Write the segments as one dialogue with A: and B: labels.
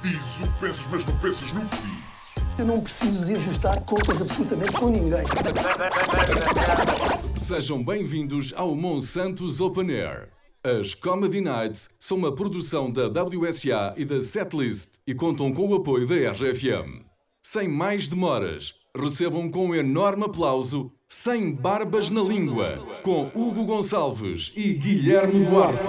A: Dizes o que pensas, mas não pensas no que dizes.
B: Eu não preciso de ajustar contas absolutamente com ninguém.
C: Sejam bem-vindos ao Monsanto's Open Air. As Comedy Nights são uma produção da WSA e da Setlist e contam com o apoio da RFM. Sem mais demoras, recebam com um enorme aplauso Sem Barbas na Língua, com Hugo Gonçalves e Guilherme Duarte.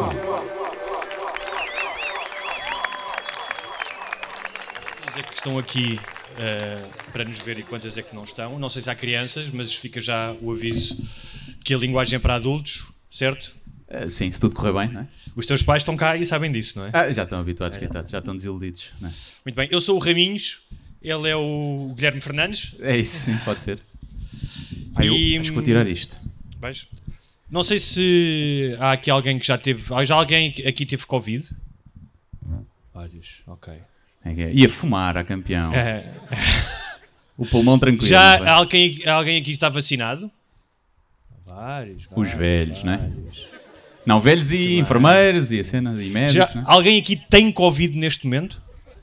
D: Quantas é que estão aqui para nos ver e quantas é que não estão? Não sei se há crianças, mas fica já o aviso que a linguagem é para adultos, certo?
E: Sim, se tudo correr bem, não é?
D: Os teus pais estão cá e sabem disso, não é?
E: Já estão habituados, coitados, já estão desiludidos, não é?
D: Muito bem, eu sou o Raminhos, ele é o Guilherme Fernandes.
E: É isso, sim, pode ser. Acho que vou tirar isto.
D: Vais? Não sei se há aqui alguém que já teve... Já alguém aqui teve Covid? Vários, ok.
E: Ia fumar a campeão. O pulmão tranquilo.
D: Já alguém aqui está vacinado? Vários.
E: Os velhos, não é? Não, velhos e enfermeiros e a cena, e médicos.
D: Já,
E: não é?
D: alguém aqui tem Covid neste momento?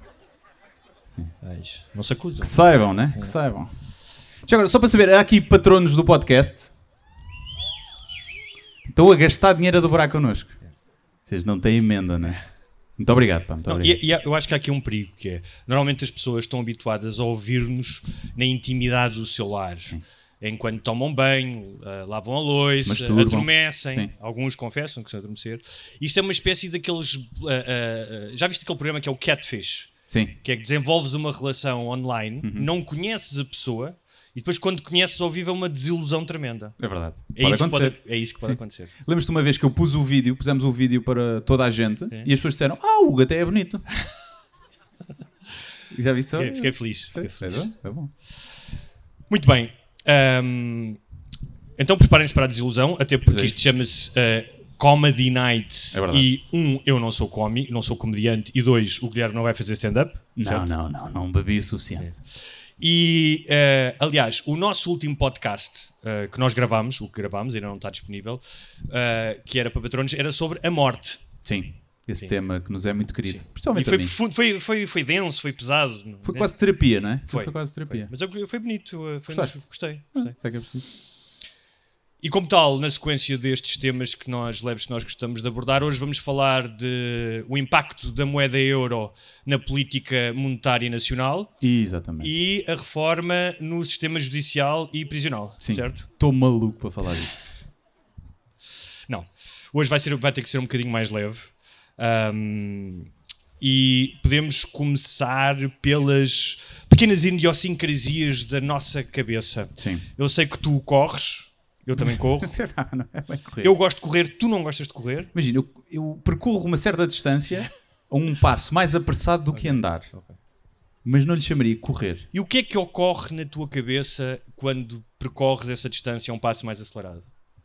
D: Não se acusam.
E: Que saibam, né? Que saibam. Já agora, só para saber, há aqui patronos do podcast. Estão a gastar dinheiro a dobrar connosco. Vocês não têm emenda, não é? Muito obrigado, pá. Muito obrigado.
D: E eu acho que há aqui um perigo, que é... Normalmente as pessoas estão habituadas a ouvir-nos na intimidade do seu lar. Sim. Enquanto tomam banho, lavam a louça, adormecem. Sim. Alguns confessam que se adormecer. Isto é uma espécie daqueles... já viste aquele programa que é o Catfish?
E: Sim.
D: Que é que desenvolves uma relação online, não conheces a pessoa e depois quando conheces ao vivo é uma desilusão tremenda.
E: É verdade.
D: É isso que pode acontecer.
E: Lembras-te uma vez que eu pusemos o vídeo para toda a gente e as pessoas disseram, o Hugo até é bonito. Já vi isso?
D: Fiquei feliz.
E: É bom.
D: Muito bem. Então preparem-se para a desilusão, até porque isto chama-se Comedy Nights.
E: É verdade.
D: E eu não sou comediante, e 2, o Guilherme não vai fazer stand-up.
E: Não bebi o suficiente.
D: E, aliás, o nosso último podcast que nós gravámos, ainda não está disponível, que era para patronos, era sobre a morte.
E: Sim. Esse tema que nos é muito querido.
D: Sim.
E: Principalmente
D: e foi profundo, foi denso, foi pesado.
E: Foi quase terapia, não é?
D: Foi
E: quase terapia.
D: Mas foi bonito. Gostei.
E: Sei que é preciso.
D: E como tal, na sequência destes temas que nós gostamos de abordar, hoje vamos falar de o impacto da moeda euro na política monetária nacional.
E: Exatamente.
D: E a reforma no sistema judicial e prisional.
E: Sim.
D: Certo?
E: Estou maluco para falar disso.
D: Não. Hoje vai ter que ser um bocadinho mais leve. E podemos começar pelas pequenas idiosincrasias da nossa cabeça.
E: Sim.
D: Eu sei que tu corres. Eu também corro.
E: Não é bem correr.
D: Eu gosto de correr, tu não gostas de correr?
E: Imagina, eu percorro uma certa distância a um passo mais apressado do que andar. Okay. Mas não lhe chamaria correr.
D: E o que é que ocorre na tua cabeça quando percorres essa distância a um passo mais acelerado?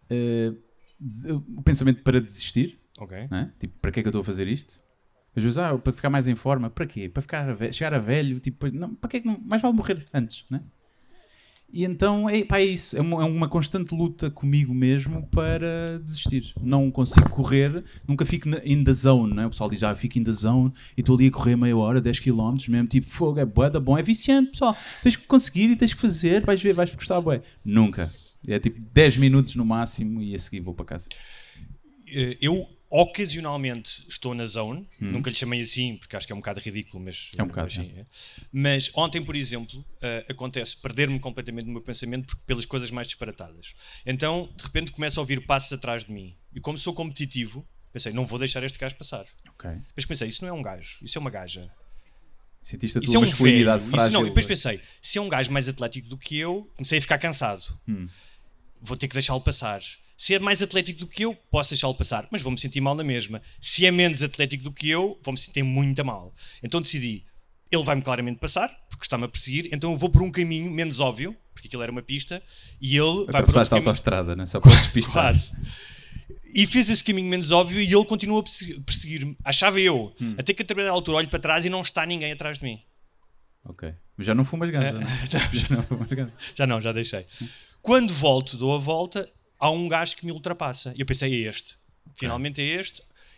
E: O pensamento para desistir.
D: Okay.
E: Não é? Tipo, para que é que eu estou a fazer isto? Às vezes, para ficar mais em forma. Para quê? Para chegar a velho? Tipo, não, para que é que não? Mais vale morrer antes, não é? E então é isso, é uma constante luta comigo mesmo para desistir. Não consigo correr, nunca fico in the zone, não é? O pessoal diz, fico in the zone e estou ali a correr meia hora, 10 km, mesmo tipo, fogo, é bué da bom, é viciante, pessoal. Tens que conseguir e tens que fazer, vais ver, vais gostar, bué. Nunca. É tipo 10 minutos no máximo e a seguir vou para casa.
D: Eu ocasionalmente estou na zone, nunca lhe chamei assim porque acho que é um bocado ridículo, mas
E: é um bocado
D: assim, é. Mas ontem, por exemplo, acontece perder-me completamente no meu pensamento pelas coisas mais disparatadas. Então de repente começo a ouvir passos atrás de mim e como sou competitivo pensei, não vou deixar este gajo passar. Depois pensei, isso não é um gajo, isso é uma gaja.
E: Sentiste a tua masculinidade frágil.
D: Não, e depois pensei, se é um gajo mais atlético do que eu, comecei a ficar cansado. Vou ter que deixá-lo passar. Se é mais atlético do que eu, posso deixá-lo passar, mas vou-me sentir mal na mesma. Se é menos atlético do que eu, vou-me sentir muito mal. Então decidi, ele vai-me claramente passar, porque está-me a perseguir, então eu vou por um caminho menos óbvio, porque aquilo era uma pista, e ele vai por outro caminho.
E: A autoestrada, né? Só para despistar.
D: Claro. E fez esse caminho menos óbvio e ele continua a perseguir-me. Achava eu. Até que a determinada altura olho para trás e não está ninguém atrás de mim.
E: Ok. Mas já não fumas ganza, não é? Já não fumas ganza.
D: Já deixei. Quando volto, dou a volta, há um gajo que me ultrapassa. E eu pensei, é este. Finalmente é este.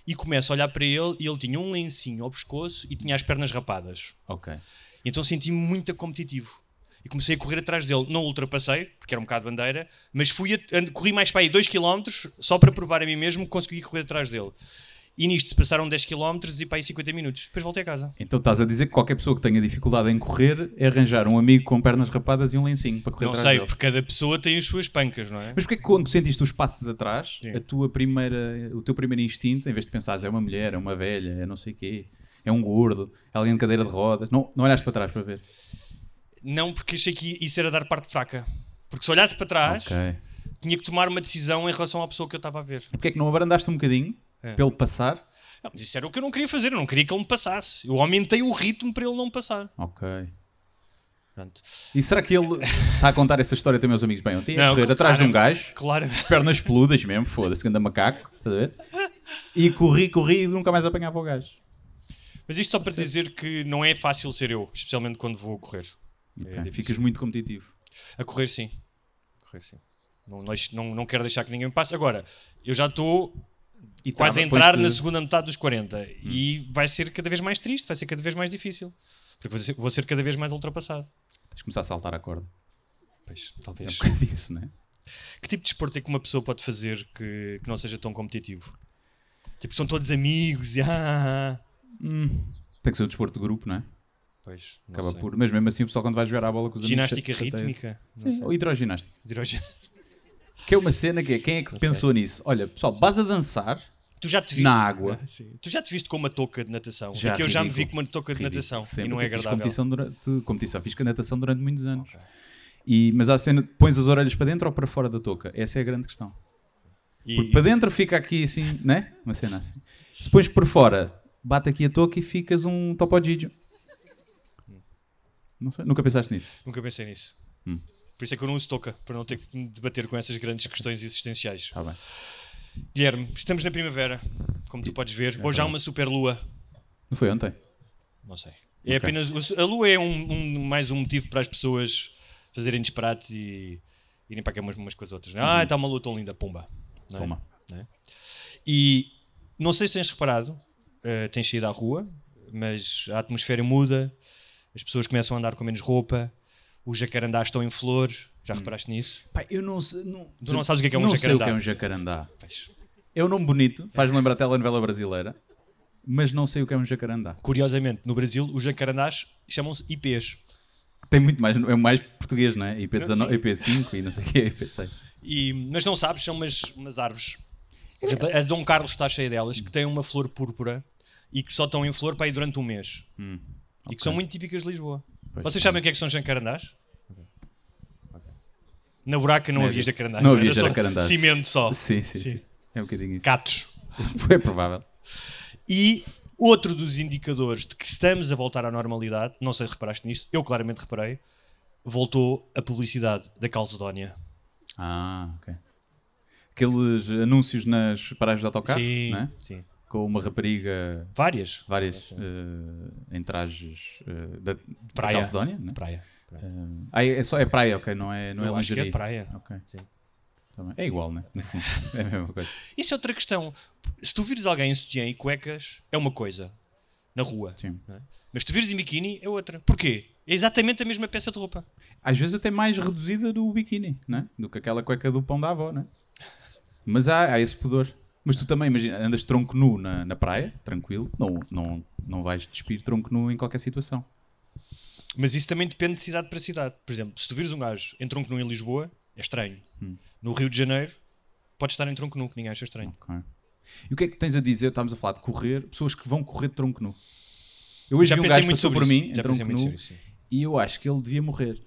D: e começo a olhar para ele e ele tinha um lencinho ao pescoço e tinha as pernas rapadas.
E: Ok.
D: Então senti-me muito competitivo. E comecei a correr atrás dele. Não ultrapassei, porque era um bocado de bandeira, mas corri mais para aí 2 km só para provar a mim mesmo que consegui correr atrás dele. E nisto se passaram 10 km e para aí 50 minutos. Depois voltei a casa.
E: Então estás a dizer que qualquer pessoa que tenha dificuldade em correr é arranjar um amigo com pernas rapadas e um lencinho para correr
D: Não
E: atrás
D: sei,
E: dele.
D: porque cada pessoa tem as suas pancas, não é?
E: Mas porquê que quando sentiste os passos atrás,
D: Sim.
E: o teu primeiro instinto, em vez de pensares é uma mulher, é uma velha, é não sei o quê, é um gordo, é alguém de cadeira de rodas, não olhaste para trás para ver?
D: Não, porque achei que isso era dar parte fraca. Porque se olhasse para trás,
E: Ok.
D: tinha que tomar uma decisão em relação à pessoa que eu estava a ver.
E: E porquê é que não abrandaste um bocadinho para ele passar?
D: Não, mas isso era o que eu não queria fazer. Eu não queria que ele me passasse. Eu aumentei o ritmo para ele não passar.
E: Ok.
D: Pronto.
E: E será que ele está a contar essa história também aos amigos? Bem, eu tinha a
D: Não,
E: correr atrás de um gajo,
D: Claro.
E: pernas peludas mesmo, foda-se, anda macaco, estás a ver? E corri e nunca mais apanhava o gajo.
D: Mas isto só para dizer que não é fácil ser eu, especialmente quando vou correr.
E: Ok.
D: É difícil.
E: Ficas muito competitivo.
D: A correr sim. Não quero deixar que ninguém me passe. Agora, eu já estou
E: E
D: quase a
E: depois
D: entrar
E: de-
D: na segunda metade dos 40 e vai ser cada vez mais triste, vai ser cada vez mais difícil. Porque vou ser cada vez mais ultrapassado.
E: Tens de começar a saltar a corda.
D: Pois,
E: É um
D: talvez.
E: bocado disso, não é?
D: Que tipo de desporto é que uma pessoa pode fazer que não seja tão competitivo? Tipo, são todos amigos e
E: Tem que ser um desporto de grupo, não é?
D: Pois, não
E: Acaba
D: sei.
E: por... Mas mesmo assim o pessoal quando vai jogar à bola com os
D: Ginástica
E: amigos... chateia-se.
D: rítmica? Não
E: Sim,
D: sei.
E: ou hidroginástica.
D: Hidrogênio.
E: Que é uma cena que é... Quem é que
D: Não
E: pensou nisso? Olha, pessoal, vais a dançar
D: Tu já te viste
E: na água.
D: Sim. Tu já te viste com uma touca de natação?
E: Já,
D: é que eu já me vi
E: ridículo.
D: com uma touca de
E: Ridículo.
D: natação
E: Sempre
D: e não é
E: que fiz
D: agradável.
E: competição. Fiz natação durante muitos anos.
D: Ok.
E: Mas há a cena, pões as orelhas para dentro ou para fora da touca? Essa é a grande questão. Porque
D: E,
E: para dentro fica aqui assim, né? Uma cena assim. Se pões por fora, bate aqui a touca e ficas um Topo Gigio. Não sei, nunca pensaste nisso?
D: Nunca pensei nisso.
E: Hum.
D: Por isso é que eu não uso touca, para não ter que me debater com essas grandes questões existenciais.
E: Está bem.
D: Guilherme, estamos na primavera, como tu podes ver. Hoje há uma super lua.
E: Não foi ontem?
D: Não sei. É apenas, a lua é mais um motivo para as pessoas fazerem disparates e irem para aqui umas com as outras. Ah, está uma lua tão linda, pumba. Não é?
E: Toma.
D: Não é? E não sei se tens reparado, tens saído à rua, mas a atmosfera muda, as pessoas começam a andar com menos roupa, os jacarandás estão em flor. Já reparaste nisso?
E: Pá, eu não sei...
D: Tu não sabes o que é um
E: não
D: jacarandá?
E: sei o que é um jacarandá.
D: Pois.
E: É um nome bonito, faz-me lembrar a telenovela brasileira, mas não sei o que é um jacarandá.
D: Curiosamente, no Brasil, os jacarandás chamam-se IPs.
E: Tem muito mais, é mais português, não é? IP19,
D: Não, sim.
E: IP5 e não sei o que é IP6.
D: Mas não sabes, são umas árvores. Por exemplo, a Dom Carlos está cheia delas, que têm uma flor púrpura e que só estão em flor para ir durante um mês. E que são muito típicas de Lisboa.
E: Pois,
D: Vocês sabem o que é que são jacarandás? Na buraca não havia jacarandás.
E: Não havia
D: era só
E: jacarandás.
D: cimento só.
E: Sim. É um bocadinho isso.
D: Catos.
E: É provável.
D: E outro dos indicadores de que estamos a voltar à normalidade, não sei se reparaste nisto, eu claramente reparei, voltou a publicidade da Calcedónia.
E: Ah, ok. Aqueles anúncios nas paragens de autocarro,
D: Sim,
E: não é?
D: sim.
E: Com uma rapariga,
D: Várias.
E: várias em trajes da
D: Praia.
E: Calcedónia, não é?
D: Praia.
E: É praia, ok, não é
D: Eu acho que
E: lingerie.
D: é praia.
E: Ok.
D: Sim.
E: Tá bem. É igual, né? No fundo. É a mesma coisa.
D: Isso é outra questão. Se tu vires alguém em sutiã e cuecas, é uma coisa. Na rua.
E: Sim.
D: Não é? Mas se tu vires em biquíni, é outra. Porquê? É exatamente a mesma peça de roupa.
E: Às vezes até mais reduzida do biquíni, não é? Do que aquela cueca do pão da avó, não é? Mas há esse pudor. Mas tu também, imagina, andas tronco nu na praia, tranquilo, não vais despir tronco nu em qualquer situação.
D: Mas isso também depende de cidade para cidade. Por exemplo, se tu vires um gajo em tronco nu em Lisboa, é estranho. No Rio de Janeiro, pode estar em tronco nu, que ninguém acha estranho.
E: Ok. E o que é que tens a dizer? Estamos a falar de correr, pessoas que vão correr de tronco nu. Eu hoje vi um
D: pensei
E: gajo
D: muito
E: passou
D: sobre
E: por
D: isso.
E: mim, em
D: Já pensei
E: tronco
D: muito
E: nu,
D: sobre isso, sim.
E: e eu acho que ele devia morrer.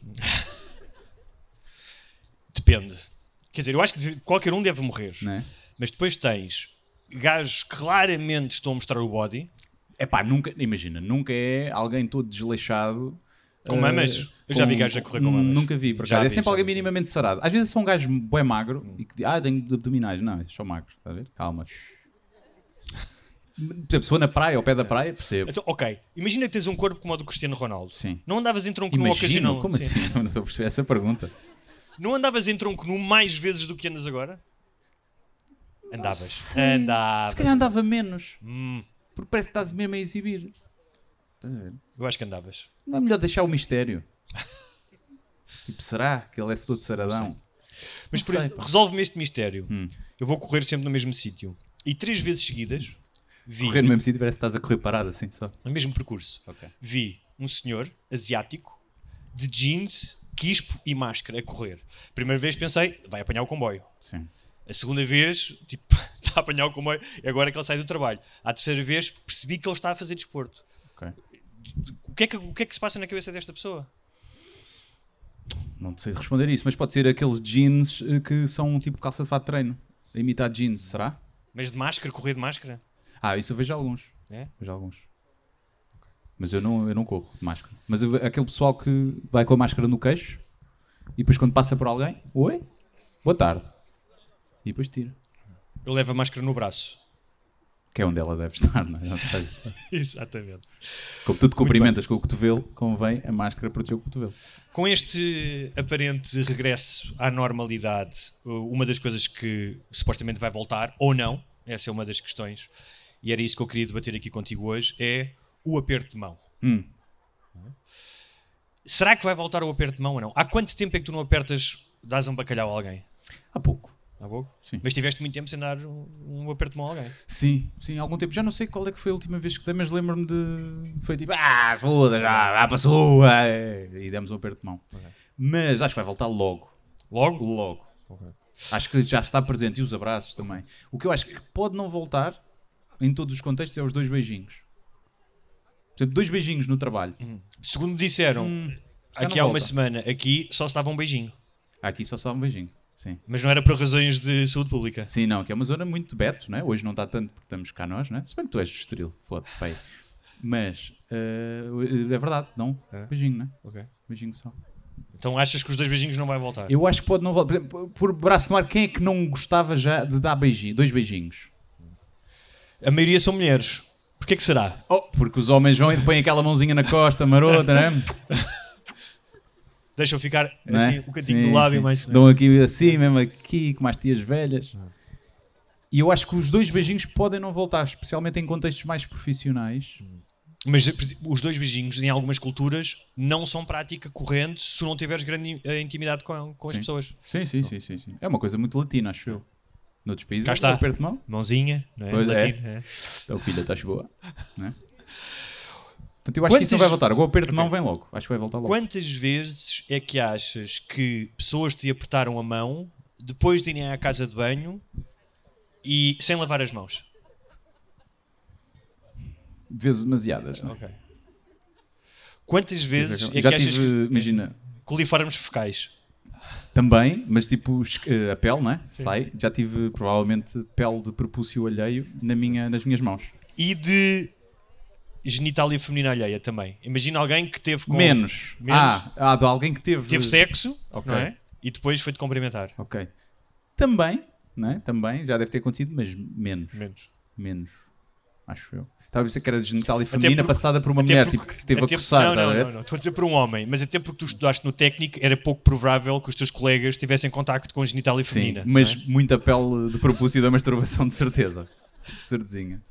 D: Depende. Quer dizer, eu acho que qualquer um deve morrer.
E: Não é?
D: Mas depois tens gajos que claramente estão a mostrar o body.
E: Epá, nunca é alguém todo desleixado.
D: Com mamas? Eu já vi gajos a correr com mamas.
E: Nunca vi, por
D: Já
E: acaso. É
D: vi,
E: sempre
D: já
E: alguém
D: vi.
E: minimamente sarado. Às vezes são gajos bué magro e que dizem, tenho abdominais. Não, esses são magros, está a ver? Calma. Por exemplo, se for na praia, ao pé da praia, percebo.
D: Então, ok, imagina que tens um corpo como o do Cristiano Ronaldo.
E: Sim.
D: Não andavas em tronco nu
E: Imagino,
D: ocasional.
E: como
D: Sim.
E: assim? Não estou a perceber essa pergunta.
D: Não andavas em tronco nu mais vezes do que andas agora? Andavas.
E: Sei.
D: Andavas.
E: Se calhar andava menos.
D: Hum,
E: Porque parece que estás mesmo a exibir. Estás a ver?
D: eu acho que andavas.
E: Não é melhor deixar o mistério? Tipo, será que ele é todo saradão?
D: Mas
E: Não
D: por
E: sei,
D: exemplo,
E: pá.
D: resolve-me este mistério. Eu vou correr sempre no mesmo sítio. E 3 vezes seguidas vi,
E: Correr no mesmo sítio parece que estás a correr parado assim só.
D: no mesmo percurso, vi um senhor asiático de jeans, quispo e máscara a correr. Primeira vez pensei, vai apanhar o comboio.
E: Sim.
D: A segunda vez, tipo, está a apanhar o comboio, é agora que ele sai do trabalho. À terceira vez, percebi que ele está a fazer desporto.
E: Ok.
D: O que é que se passa na cabeça desta pessoa?
E: Não te sei responder isso, mas pode ser aqueles jeans que são tipo calça de fato de treino. A imitar jeans, será?
D: Mas de máscara, correr de máscara?
E: Isso eu vejo alguns.
D: É?
E: Vejo alguns. Mas eu não corro de máscara. Mas aquele pessoal que vai com a máscara no queixo e depois quando passa por alguém, oi, boa tarde. E depois tira.
D: Eu levo a máscara no braço.
E: Que é onde ela deve estar, não é?
D: Exatamente.
E: Como tu te cumprimentas com o cotovelo, convém a máscara proteger o cotovelo.
D: Com este aparente regresso à normalidade, uma das coisas que supostamente vai voltar, ou não, essa é uma das questões, e era isso que eu queria debater aqui contigo hoje, é o aperto de mão. Será que vai voltar o aperto de mão ou não? Há quanto tempo é que tu não apertas, dás um bacalhau a alguém?
E: Há pouco.
D: Há pouco?
E: Sim.
D: Mas tiveste muito tempo sem dar um aperto de mão a alguém.
E: Sim, há algum tempo. Já não sei qual é que foi a última vez que dei, mas lembro-me de... Foi tipo, foda, já passou. E demos um aperto de mão. Mas acho que vai voltar logo.
D: Logo?
E: Logo. Acho que já está presente. E os abraços também. O que eu acho que pode não voltar, em todos os contextos, é os 2 beijinhos. Por exemplo, 2 beijinhos no trabalho.
D: Segundo disseram,
E: já
D: aqui
E: não
D: há uma
E: volta.
D: semana, aqui só se dava um beijinho.
E: Aqui só um beijinho. Sim.
D: Mas não era por razões de saúde pública.
E: Sim, não, que é uma zona muito de beto, né? Hoje não está tanto porque estamos cá nós, né? Se bem que tu és do Estoril, foda-se, pai. Mas é verdade, não. Beijinho, né?
D: Ok.
E: Beijinho só.
D: Então achas que os 2 beijinhos não vai voltar?
E: Eu acho que pode não voltar. Por exemplo, por braço no ar, quem é que não gostava já de dar beijinho? 2 beijinhos.
D: A maioria são mulheres. Porquê que será?
E: Porque os homens vão e põem aquela mãozinha na costa, marota, né?
D: Deixam ficar
E: Não é?
D: assim, um cantinho
E: Sim,
D: do lábio
E: sim.
D: mais...
E: Dão aqui assim, mesmo aqui, como as tias velhas. E eu acho que os 2 beijinhos podem não voltar, especialmente em contextos mais profissionais.
D: Mas por exemplo, os 2 beijinhos, em algumas culturas, não são prática corrente se tu não tiveres grande intimidade com as
E: Sim.
D: pessoas.
E: Sim. É uma coisa muito latina, acho eu. Noutros países,
D: Cá está.
E: aperto de mão.
D: Mãozinha, não é?
E: Pois é.
D: Latino, é.
E: Então, filha, estás boa. Né? Portanto, eu acho que isso não vai voltar. Agora o aperto de mão vem logo. Acho que vai voltar logo.
D: Quantas vezes é que achas que pessoas te apertaram a mão depois de irem à casa de banho e sem lavar as mãos?
E: Vezes demasiadas, não é?
D: Ok. Quantas vezes é que
E: Já
D: achas
E: tive,
D: que...
E: imagina,
D: Coliformes fecais.
E: também, mas tipo a pele, não é? Sai. Já tive provavelmente pele de prepúcio alheio nas minhas mãos.
D: E de genitália feminina alheia também. Imagina alguém que teve com...
E: Menos. De alguém que
D: Teve sexo,
E: Ok.
D: não é? E depois foi-te cumprimentar.
E: Ok. Também, não é? Também, já deve ter acontecido, mas menos. Menos. Acho eu. Estava a dizer que era de genitália feminina
D: porque-
E: passada por uma
D: até
E: mulher,
D: porque-
E: tipo que se teve a
D: até-
E: coçar.
D: Não,
E: estás a ver?
D: não. Estou a dizer por um homem. Mas até porque tu estudaste no técnico, era pouco provável que os teus colegas tivessem contacto com genitália
E: Sim,
D: feminina.
E: mas
D: não é?
E: muita pele de propúcio da masturbação, de certeza. Certezinha.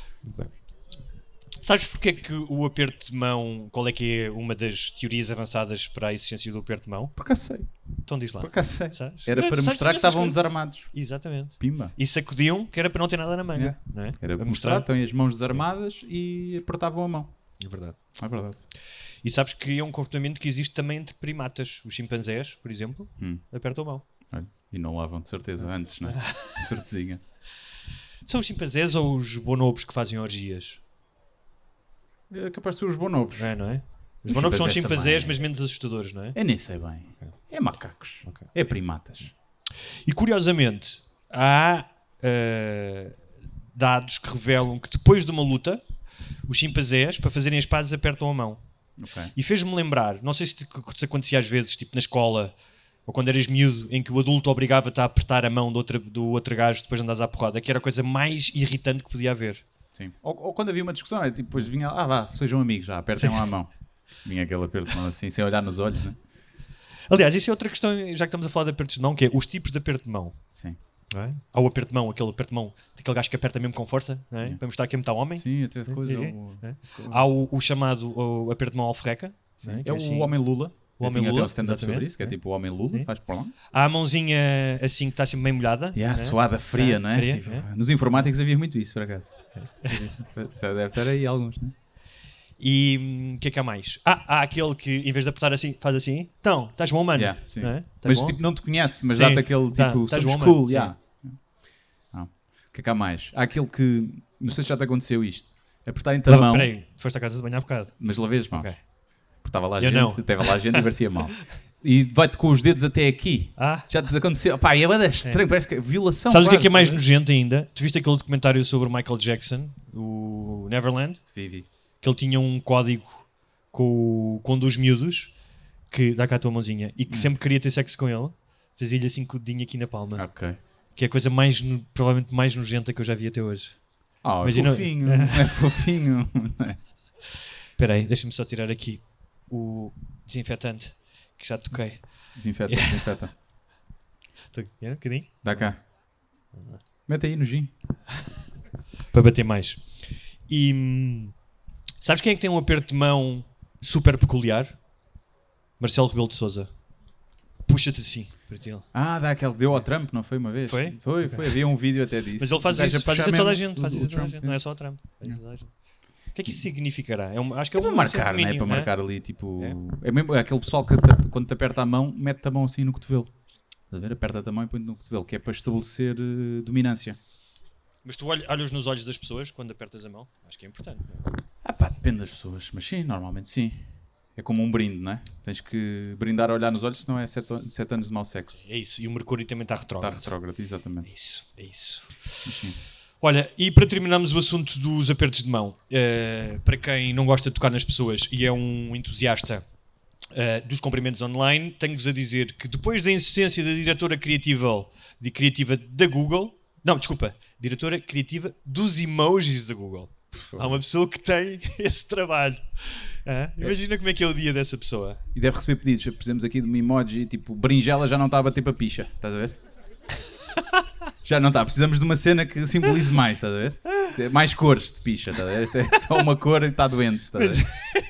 D: Sabes porque é que o aperto de mão, qual é que é uma das teorias avançadas para a existência do aperto de mão?
E: Por acaso sei.
D: Então diz lá.
E: Por acaso sei.
D: Sabes?
E: Era
D: Não,
E: para
D: tu sabes
E: mostrar que
D: imensas
E: estavam
D: coisas.
E: desarmados.
D: Exatamente.
E: Pimba.
D: E sacudiam, que era para não ter nada na manga. Não é?
E: Era para
D: Para
E: mostrar, estão as mãos desarmadas e apertavam a mão.
D: É verdade.
E: É verdade.
D: E sabes que é um comportamento que existe também entre primatas. Os chimpanzés, por exemplo, apertam a mão.
E: Olha, e não lavam, de certeza, antes, não é? Certezinha.
D: São os chimpanzés ou os bonobos que fazem orgias?
E: É capaz de ser os bonobos.
D: Não é? Os
E: Os
D: bonobos são
E: chimpanzés
D: chimpanzés,
E: também.
D: mas menos assustadores, não é?
E: Eu nem sei bem. É macacos. É primatas.
D: E curiosamente, há dados que revelam que depois de uma luta, os chimpanzés, para fazerem as pazes, apertam a mão.
E: Ok.
D: E fez-me lembrar, não sei se te acontecia às vezes, tipo na escola, ou quando eras miúdo, em que o adulto obrigava-te a apertar a mão do outro gajo depois de andares à porrada, que era a coisa mais irritante que podia haver.
E: Sim. Ou quando havia uma discussão, era tipo, depois vinha, vá, sejam amigos, já, apertem lá a mão. Vinha aquele aperto de mão assim, sem olhar nos olhos, né?
D: Aliás, isso é outra questão, já que estamos a falar de apertos de mão, que é os tipos de aperto de mão.
E: Sim.
D: Não é? Há o aperto de mão, aquele aperto de mão, aquele gajo que aperta mesmo com força, não é? Para mostrar que é muito homem.
E: Sim, até coisa.
D: Há o chamado o aperto de mão alforreca. Não é?
E: É o Homem Lula.
D: O Homem
E: tinha
D: Lula,
E: até um stand-up sobre
D: exatamente.
E: isso, que é tipo o Homem Lula, faz por lá.
D: Há a mãozinha assim que está sempre meio molhada.
E: E a suada fria, não é?
D: Fria,
E: Tipo, nos informáticos havia muito isso, por acaso. Deve ter aí alguns, não é?
D: E o que é que há mais? Há aquele que, em vez de apertar assim, faz assim. Então, estás bom, mano?
E: Yeah, sim.
D: Não é?
E: Mas
D: bom?
E: tipo, não te conhece, mas
D: Sim.
E: dá-te aquele
D: Tá,
E: tipo,
D: estás
E: somos
D: bom,
E: cool,
D: mano.
E: yeah. Não. O que é que há mais? Há aquele que, não sei se já te aconteceu isto, apertarem-te a mão,
D: Peraí, foste à casa de banho há bocado.
E: mas lavei as mãos.
D: Ok.
E: Porque estava lá
D: Eu não.
E: gente, estava lá gente e parecia mal. E vai-te com os dedos até aqui. Já te aconteceu? Pá, e é estranho, parece que é violação.
D: Sabes o que é
E: quase,
D: mais
E: não
D: nojento ainda? Tu viste aquele documentário sobre o Michael Jackson, o Neverland?
E: Vivi.
D: Que ele tinha um código com um dos miúdos, que dá cá a tua mãozinha, e que sempre queria ter sexo com ele, fazia-lhe assim com o dedinho aqui na palma.
E: Ok.
D: Que é a coisa provavelmente mais nojenta que eu já vi até hoje.
E: Ah,
D: Imagina-
E: fofinho. É fofinho.
D: Espera aí, deixa-me só tirar aqui o desinfetante, que já toquei.
E: Desinfeta, desinfeta.
D: Um bocadinho?
E: Dá cá. Mete aí no gin.
D: Para bater mais. E sabes quem é que tem um aperto de mão super peculiar? Marcelo Rebelo de Sousa. Puxa-te assim, para ti.
E: Ah, dá aquele que deu ao Trump, não foi uma vez?
D: Foi?
E: Foi. Havia um vídeo até disso.
D: Mas ele faz
E: O gajo
D: isso,
E: a
D: faz
E: puxar
D: isso a toda a
E: mesmo
D: gente, faz
E: o
D: isso a toda a
E: Trump,
D: gente, não é só a Trump. Faz isso a toda a gente. O que é que isso significará? Acho que é
E: É para
D: um
E: marcar, não é?
D: mínimo,
E: Para
D: não é?
E: marcar ali, tipo... É mesmo aquele pessoal que quando te aperta a mão, mete-te a mão assim no cotovelo. Estás a ver? Aperta-te a mão e põe-te no cotovelo, que é para estabelecer dominância.
D: Mas tu olhas nos olhos das pessoas quando apertas a mão? Acho que é importante. Não é?
E: Ah pá, depende das pessoas, mas sim, normalmente sim. É como um brinde, não é? Tens que brindar a olhar nos olhos, senão é 7 anos de mau sexo.
D: É isso, e o Mercúrio também está
E: Está
D: retrógrado.
E: retrógrado, exatamente.
D: É isso.
E: Mas sim.
D: Olha, e para terminarmos o assunto dos apertos de mão, para quem não gosta de tocar nas pessoas e é um entusiasta dos cumprimentos online, tenho-vos a dizer que depois da insistência da diretora criativa da Google, diretora criativa dos emojis da Google, há uma pessoa que tem esse trabalho. Imagina como é que é o dia dessa pessoa.
E: E deve receber pedidos, precisamos aqui de uma emoji, tipo, berinjela já não está a bater para picha, estás a ver? Já não está, precisamos de uma cena que simbolize mais, estás a ver? Mais cores de picha, estás a ver? Esta é só uma cor e está doente, estás a ver?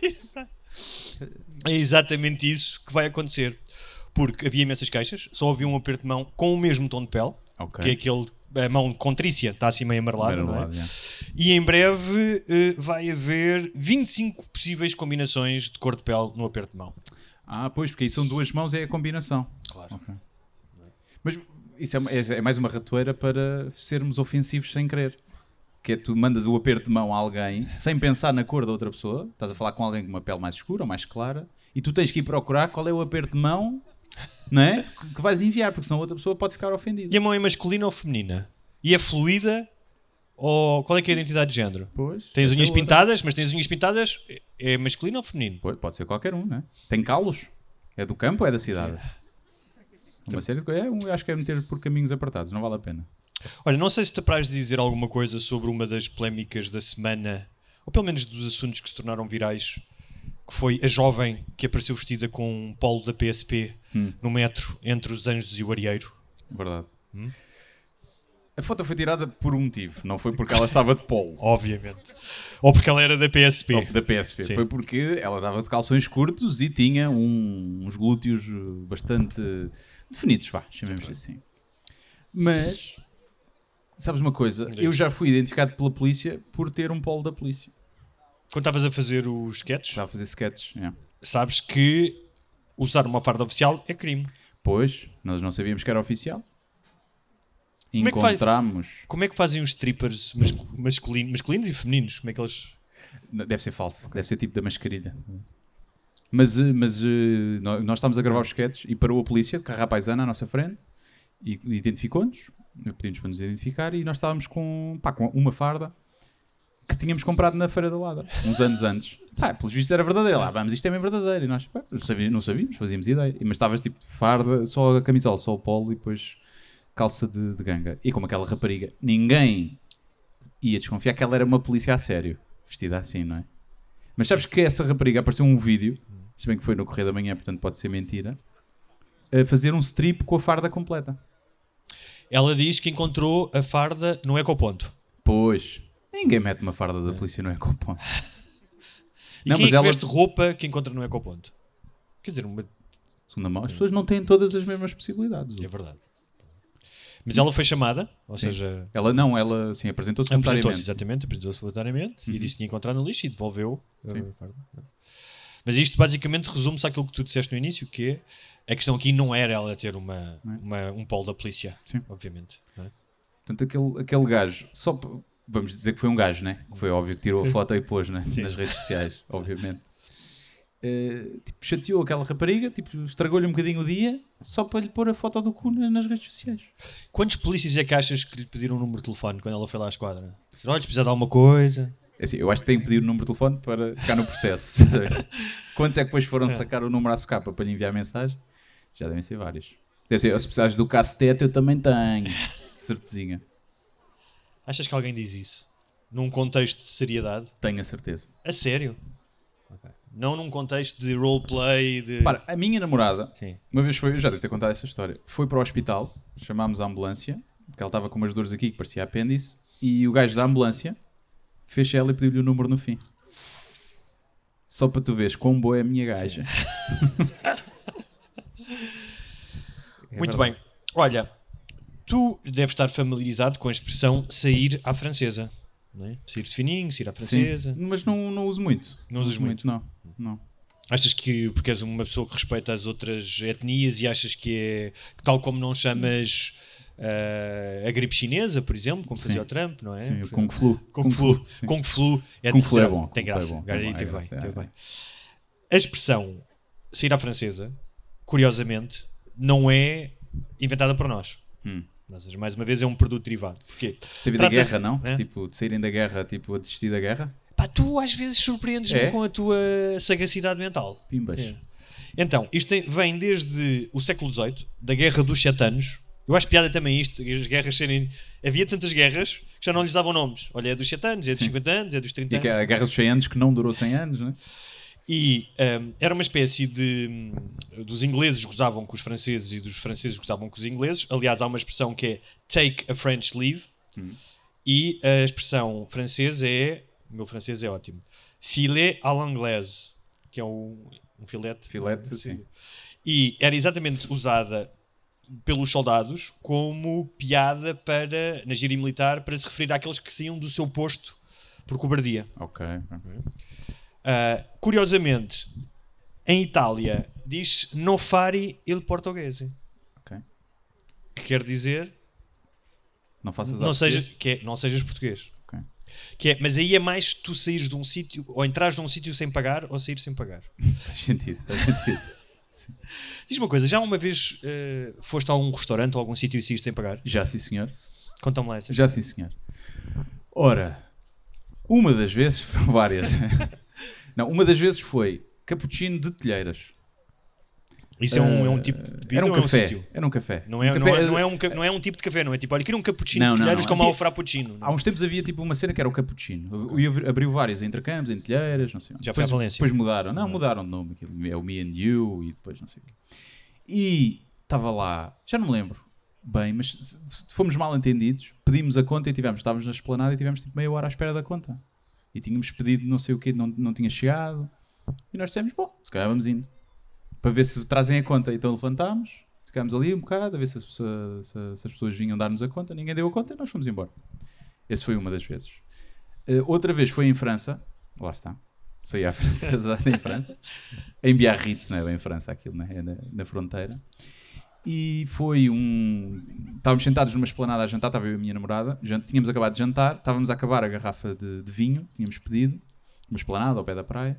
D: É exatamente isso que vai acontecer. Porque havia imensas queixas, só havia um aperto de mão com o mesmo tom de pele,
E: Ok.
D: que é aquele, a mão contrícia, está assim meio amarelada, não é?
E: Amarelado, yeah.
D: E em breve vai haver 25 possíveis combinações de cor de pele no aperto de mão.
E: Ah, pois, porque aí são duas mãos, é a combinação.
D: Claro.
E: Ok. Mas isso é mais uma ratoeira para sermos ofensivos sem querer. Que é tu mandas o aperto de mão a alguém sem pensar na cor da outra pessoa. Estás a falar com alguém com uma pele mais escura ou mais clara e tu tens que ir procurar qual é o aperto de mão, não é? Que vais enviar, porque senão a outra pessoa pode ficar ofendida.
D: E a mão é masculina ou feminina? E é fluida? Ou qual é que é a identidade de género?
E: Pois,
D: Tens
E: essa é
D: unhas
E: outra.
D: pintadas, mas tens unhas pintadas, é masculino ou feminino?
E: Pois, pode ser qualquer um, não é? Tem calos? É do campo ou é da cidade? Uma série de coisas. Acho que é meter por caminhos apertados, não vale a pena.
D: Olha, não sei se te apraz de dizer alguma coisa sobre uma das polémicas da semana, ou pelo menos dos assuntos que se tornaram virais, que foi a jovem que apareceu vestida com um polo da PSP no metro entre os Anjos e o Arieiro.
E: Verdade. A foto foi tirada por um motivo, não foi porque ela estava de polo.
D: Obviamente. Ou porque ela era da PSP.
E: Ou da PSP.
D: Sim.
E: Foi porque ela estava de calções curtos e tinha uns glúteos bastante definidos, vá, chamemos assim. Mas, sabes uma coisa? Eu já fui identificado pela polícia por ter um polo da polícia.
D: Quando estavas a fazer os sketches,
E: Estava a fazer sketches. Yeah.
D: sabes que usar uma farda oficial é crime.
E: Pois, nós não sabíamos que era oficial.
D: Como é que faz-
E: Encontramos...
D: Como é que fazem os strippers masculinos e femininos? Como é que eles...
E: Deve ser falso, deve ser tipo da mascarilha. Mas nós estávamos a gravar os sketches e parou a polícia de carro à paisana à nossa frente e identificou-nos, pedimos para nos identificar e nós estávamos com uma farda que tínhamos comprado na Feira da Ladra, uns anos antes. Pelos vistos era verdadeira. Lá, vamos, isto é bem verdadeiro. E nós não sabíamos, fazíamos ideia. Mas estavas tipo de farda, só a camisola, só o polo e depois calça de ganga. E como aquela rapariga, ninguém ia desconfiar que ela era uma polícia a sério, vestida assim, não é? Mas sabes que essa rapariga apareceu um vídeo, se bem que foi no Correio da Manhã, portanto pode ser mentira, a fazer um strip com a farda completa.
D: Ela diz que encontrou a farda no ecoponto.
E: Pois. Ninguém mete uma farda da polícia no ecoponto.
D: E
E: Não,
D: quem é
E: mas
D: que
E: ela...
D: veste roupa que encontra no ecoponto? Quer dizer,
E: Segunda mão, as pessoas não têm todas as mesmas possibilidades.
D: é verdade. Mas ela foi chamada, ou seja...
E: Ela sim, apresentou-se
D: Apresentou-se,
E: voluntariamente.
D: exatamente, apresentou-se voluntariamente e disse que tinha encontrado no lixo e devolveu a farda. Mas isto basicamente resume-se àquilo que tu disseste no início, que é, a questão aqui não era ela ter um polo da polícia, obviamente. Não é?
E: Portanto, aquele gajo, vamos dizer que foi um gajo, né? Que foi óbvio que tirou a foto e pôs, né? Nas redes sociais, obviamente. Tipo, chateou aquela rapariga, tipo, estragou-lhe um bocadinho o dia, só para lhe pôr a foto do cu nas redes sociais.
D: Quantos polícias é que achas que lhe pediram um número de telefone quando ela foi lá à esquadra? Olha, se precisar de alguma coisa...
E: Assim, eu acho que tem que pedir o número de telefone para ficar no processo. Quantos é que depois foram sacar o número à socapa para lhe enviar mensagem? Já devem ser vários. Deve ser, as pessoas do cacete eu também tenho. Certezinha.
D: Achas que alguém diz isso? Num contexto de seriedade?
E: Tenho a certeza.
D: A sério? Okay. Não num contexto de roleplay, de...
E: Para, a minha namorada,
D: Sim.
E: uma vez eu já devo ter contado esta história, foi para o hospital, chamámos a ambulância, porque ela estava com umas dores aqui que parecia apêndice, e o gajo da ambulância fez ela e pediu-lhe o número no fim. Só para tu veres quão boa é a minha gaja.
D: Muito bem. Olha, tu deves estar familiarizado com a expressão sair à francesa. Não é? Sair de fininho, sair à francesa.
E: Sim, mas não uso muito.
D: Não usas muito?
E: Não.
D: Achas que, porque és uma pessoa que respeita as outras etnias e achas que tal como não chamas a gripe chinesa, por exemplo, como fazia o Trump, não é?
E: Sim, o Kung Flu.
D: Kung Flu é
E: Kung Flu é bom.
D: Tem graça.
E: Agora aí
D: teve bem. A expressão sair à francesa, curiosamente, não é inventada por nós. Ou seja, mais uma vez é um produto derivado. Porquê?
E: Teve da guerra, não? É? Tipo, de saírem da guerra, tipo, a desistir da guerra?
D: Pá, tu às vezes surpreendes-me com a tua sagacidade mental.
E: Pimbas.
D: É. Então, isto vem desde o século XVIII, da Guerra dos 7 Anos. Eu acho piada também isto, as guerras serem... Havia tantas guerras que já não lhes davam nomes. Olha, é dos 7 anos, é dos 50 anos, é dos 30 anos.
E: E a Guerra dos 100 anos que não durou 100 anos, não é?
D: E era uma espécie de... Dos ingleses gozavam com os franceses e dos franceses gozavam com os ingleses. Aliás, há uma expressão que é take a French leave. E a expressão francesa é... O meu francês é ótimo. Filet à l'anglaise. Que é um filete.
E: Filete, sim.
D: E era exatamente usada pelos soldados como piada na gíria militar para se referir àqueles que saíam do seu posto por cobardia.
E: Ok.
D: Curiosamente, em Itália diz non fare il portoghese.
E: Ok.
D: Que quer dizer
E: não faças
D: não sejas português.
E: Okay.
D: Mas aí é mais tu saíres de um sítio ou entrares num sítio sem pagar ou sair sem pagar.
E: Faz sentido. Sim.
D: Diz uma coisa, já uma vez foste a algum restaurante ou algum sítio e saíste sem pagar?
E: Já sim, senhor.
D: Conta-me lá essa.
E: Já sim, senhor. Ora, uma das vezes, várias. Não, uma das vezes foi cappuccino de telheiras.
D: Isso é um tipo de bebida.
E: Era um café.
D: Sítio?
E: Era um café.
D: Não é um tipo de café, não é tipo, olha, queria um cappuccino de telheiras como há o frappuccino.
E: Há uns tempos havia tipo uma cena que era o cappuccino. Abriu vários em intercâmbios, em telheiras, não sei onde.
D: Já foi a Valência.
E: Depois mudaram. Não, mudaram de nome. É o Me and You e depois não sei o quê. E estava lá, já não me lembro bem, mas fomos mal entendidos, pedimos a conta e estávamos na esplanada e tivemos tipo meia hora à espera da conta. E tínhamos pedido não sei o quê, não tinha chegado. E nós dissemos, bom, se calhar vamos indo. Para ver se trazem a conta. Então levantámos, ficámos ali um bocado, a ver se as pessoas vinham dar-nos a conta. Ninguém deu a conta e nós fomos embora. Essa foi uma das vezes. Outra vez foi em França. Lá está. Saí à francesa em França. Em Biarritz, não é bem em França aquilo, não é? É na fronteira. E foi Estávamos sentados numa esplanada a jantar, estava eu e a minha namorada. Tínhamos acabado de jantar, estávamos a acabar a garrafa de vinho, tínhamos pedido, uma esplanada ao pé da praia.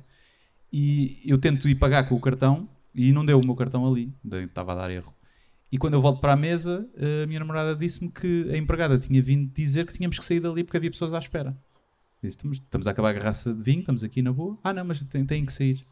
E: E eu tento ir pagar com o cartão e não deu o meu cartão ali, estava a dar erro. E quando eu volto para a mesa, a minha namorada disse-me que a empregada tinha vindo dizer que tínhamos que sair dali porque havia pessoas à espera. Disse, estamos a acabar a garrafa de vinho, estamos aqui na boa. Ah não, mas têm que sair.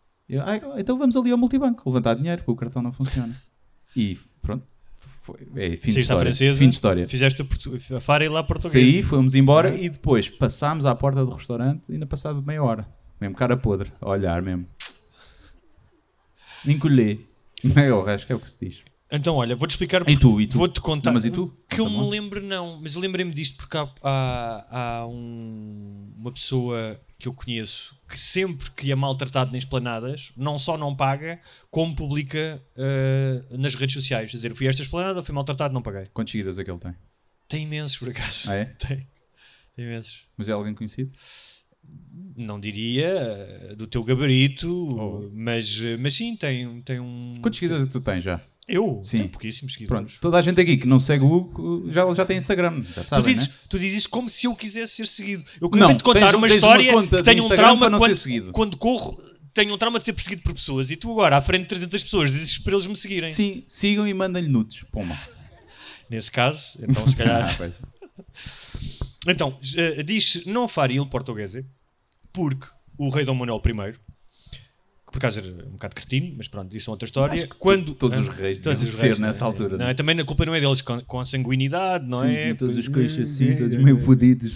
E: Então vamos ali ao multibanco, levantar dinheiro porque o cartão não funciona. E pronto, fim de história. Fim de história.
D: Fizeste a fara e lá português.
E: Saí, fomos embora e depois passámos à porta do restaurante ainda passado meia hora. Mesmo cara podre, a olhar mesmo. Encolher. O resto é o que se diz.
D: Então, olha, vou-te explicar.
E: E tu?
D: Vou-te contar.
E: Não, mas e tu?
D: Que eu
E: Tá
D: me
E: bom.
D: lembro, não. Mas eu lembrei-me disto porque há uma pessoa que eu conheço que sempre que é maltratado nas esplanadas, não só não paga, como publica nas redes sociais. Quer dizer, fui a esta esplanada, fui maltratado, não paguei.
E: Quantos seguidores é que ele tem?
D: Tem imensos, por acaso.
E: Ah, é?
D: Tem imensos.
E: Mas é alguém conhecido?
D: Não diria do teu gabarito,
E: Oh.
D: mas sim, tem um...
E: Quantos seguidores é que tu tens já?
D: Eu?
E: Sim.
D: Tenho pouquíssimos seguidores.
E: Pronto, toda a gente aqui que não segue o Hugo já tem Instagram, já sabem, né?
D: Tu dizes isso como se eu quisesse ser seguido. Eu
E: Não,
D: acabei de contar
E: tens
D: uma
E: uma
D: história
E: conta
D: que
E: de
D: tenho um
E: Instagram
D: trauma
E: para não ser seguido.
D: quando corro, tenho um trauma de ser perseguido por pessoas e tu agora, à frente de 300 pessoas, dizes para eles me seguirem.
E: Sim, sigam e mandem-lhe nudes. Puma.
D: Nesse caso, então se calhar...
E: Ah, pois.
D: Então, diz não faria il portuguese porque o rei Dom Manuel I, que por acaso era um bocado cretino, mas pronto, isso é outra história.
E: Acho que todos os reis
D: todos
E: deviam
D: os
E: ser
D: reis,
E: nessa
D: não é?
E: altura.
D: Não, também a culpa não é deles, com a sanguinidade, não
E: Sim,
D: é?
E: sim, todos os coxos assim, todos meio fodidos.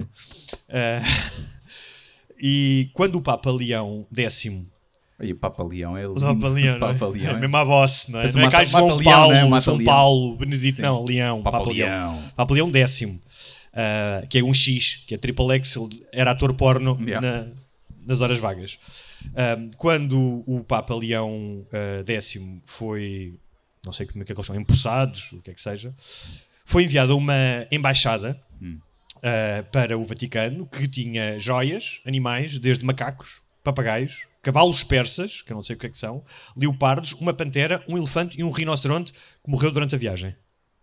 D: E quando o Papa Leão X...
E: Aí o Papa Leão é
D: O Papa Leão, não é?
E: Papa Leão,
D: É mesmo a boss, não é?
E: Parece
D: Não é
E: mata-
D: cá João
E: mata Leão,
D: Paulo,
E: não é? Mata
D: João
E: Leão.
D: Paulo, Benedito,
E: Sim.
D: não, Leão,
E: Papa
D: Leão.
E: Leão.
D: Papa Leão X, que é um X, que é triple X, ele era ator porno
E: Yeah.
D: nas horas vagas. Quando o Papa Leão X foi, não sei como é que eles são, empossados, o que é que seja, foi enviada uma embaixada para o Vaticano que tinha joias, animais, desde macacos, papagaios, cavalos persas, que eu não sei o que é que são, leopardos, uma pantera, um elefante e um rinoceronte que morreu durante a viagem.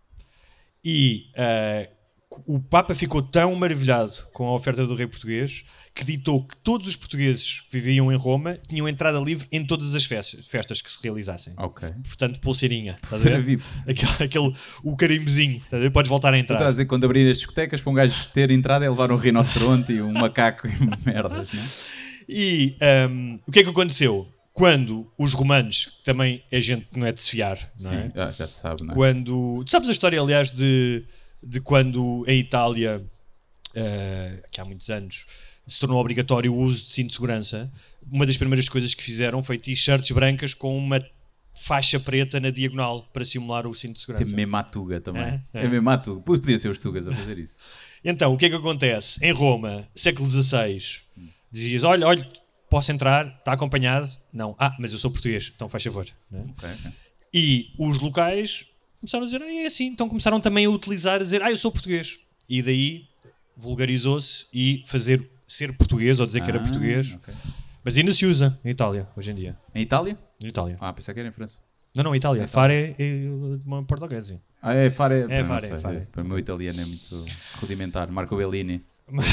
D: E o Papa ficou tão maravilhado com a oferta do rei português que ditou que todos os portugueses que viviam em Roma tinham entrada livre em todas as festas que se realizassem.
E: Ok.
D: Portanto, pulseirinha. Estás a
E: Ser
D: ver?
E: VIP.
D: O carimbozinho. Estás a ver? Podes voltar a
E: Tu
D: entrar.
E: estás a dizer que quando abrir as discotecas para um gajo ter entrada é levar um rinoceronte e um macaco e merdas, não é?
D: E o que é que aconteceu? Quando os romanos, que também é gente que não é de se fiar, não é?
E: Sim, já se sabe, não é?
D: Quando... Tu sabes a história, aliás, de quando a Itália, que há muitos anos, se tornou obrigatório o uso de cinto de segurança, uma das primeiras coisas que fizeram foi t-shirts brancas com uma faixa preta na diagonal para simular o cinto de
E: Isso
D: segurança.
E: é mesmo a Tuga também.
D: É.
E: É mesmo a Tuga. Podia ser os Tugas a fazer isso.
D: Então, o que é que acontece? Em Roma, século XVI, dizias, olha, posso entrar? Está acompanhado? Não. Ah, mas eu sou português, então faz favor. Não é?
E: Ok.
D: E os locais começaram a dizer, é assim. Então começaram também a utilizar, a dizer, eu sou português. E daí vulgarizou-se e ser português ou dizer que era português.
E: Ok.
D: Mas ainda se usa em Itália, hoje em dia.
E: Em Itália?
D: Em Itália.
E: Ah, pensei que era em França.
D: Não, Itália. Fare é uma portuguesa.
E: Ah, é Fare.
D: É
E: Não
D: Fare,
E: sei,
D: Fare.
E: Para o meu italiano é muito rudimentar. Marco Bellini.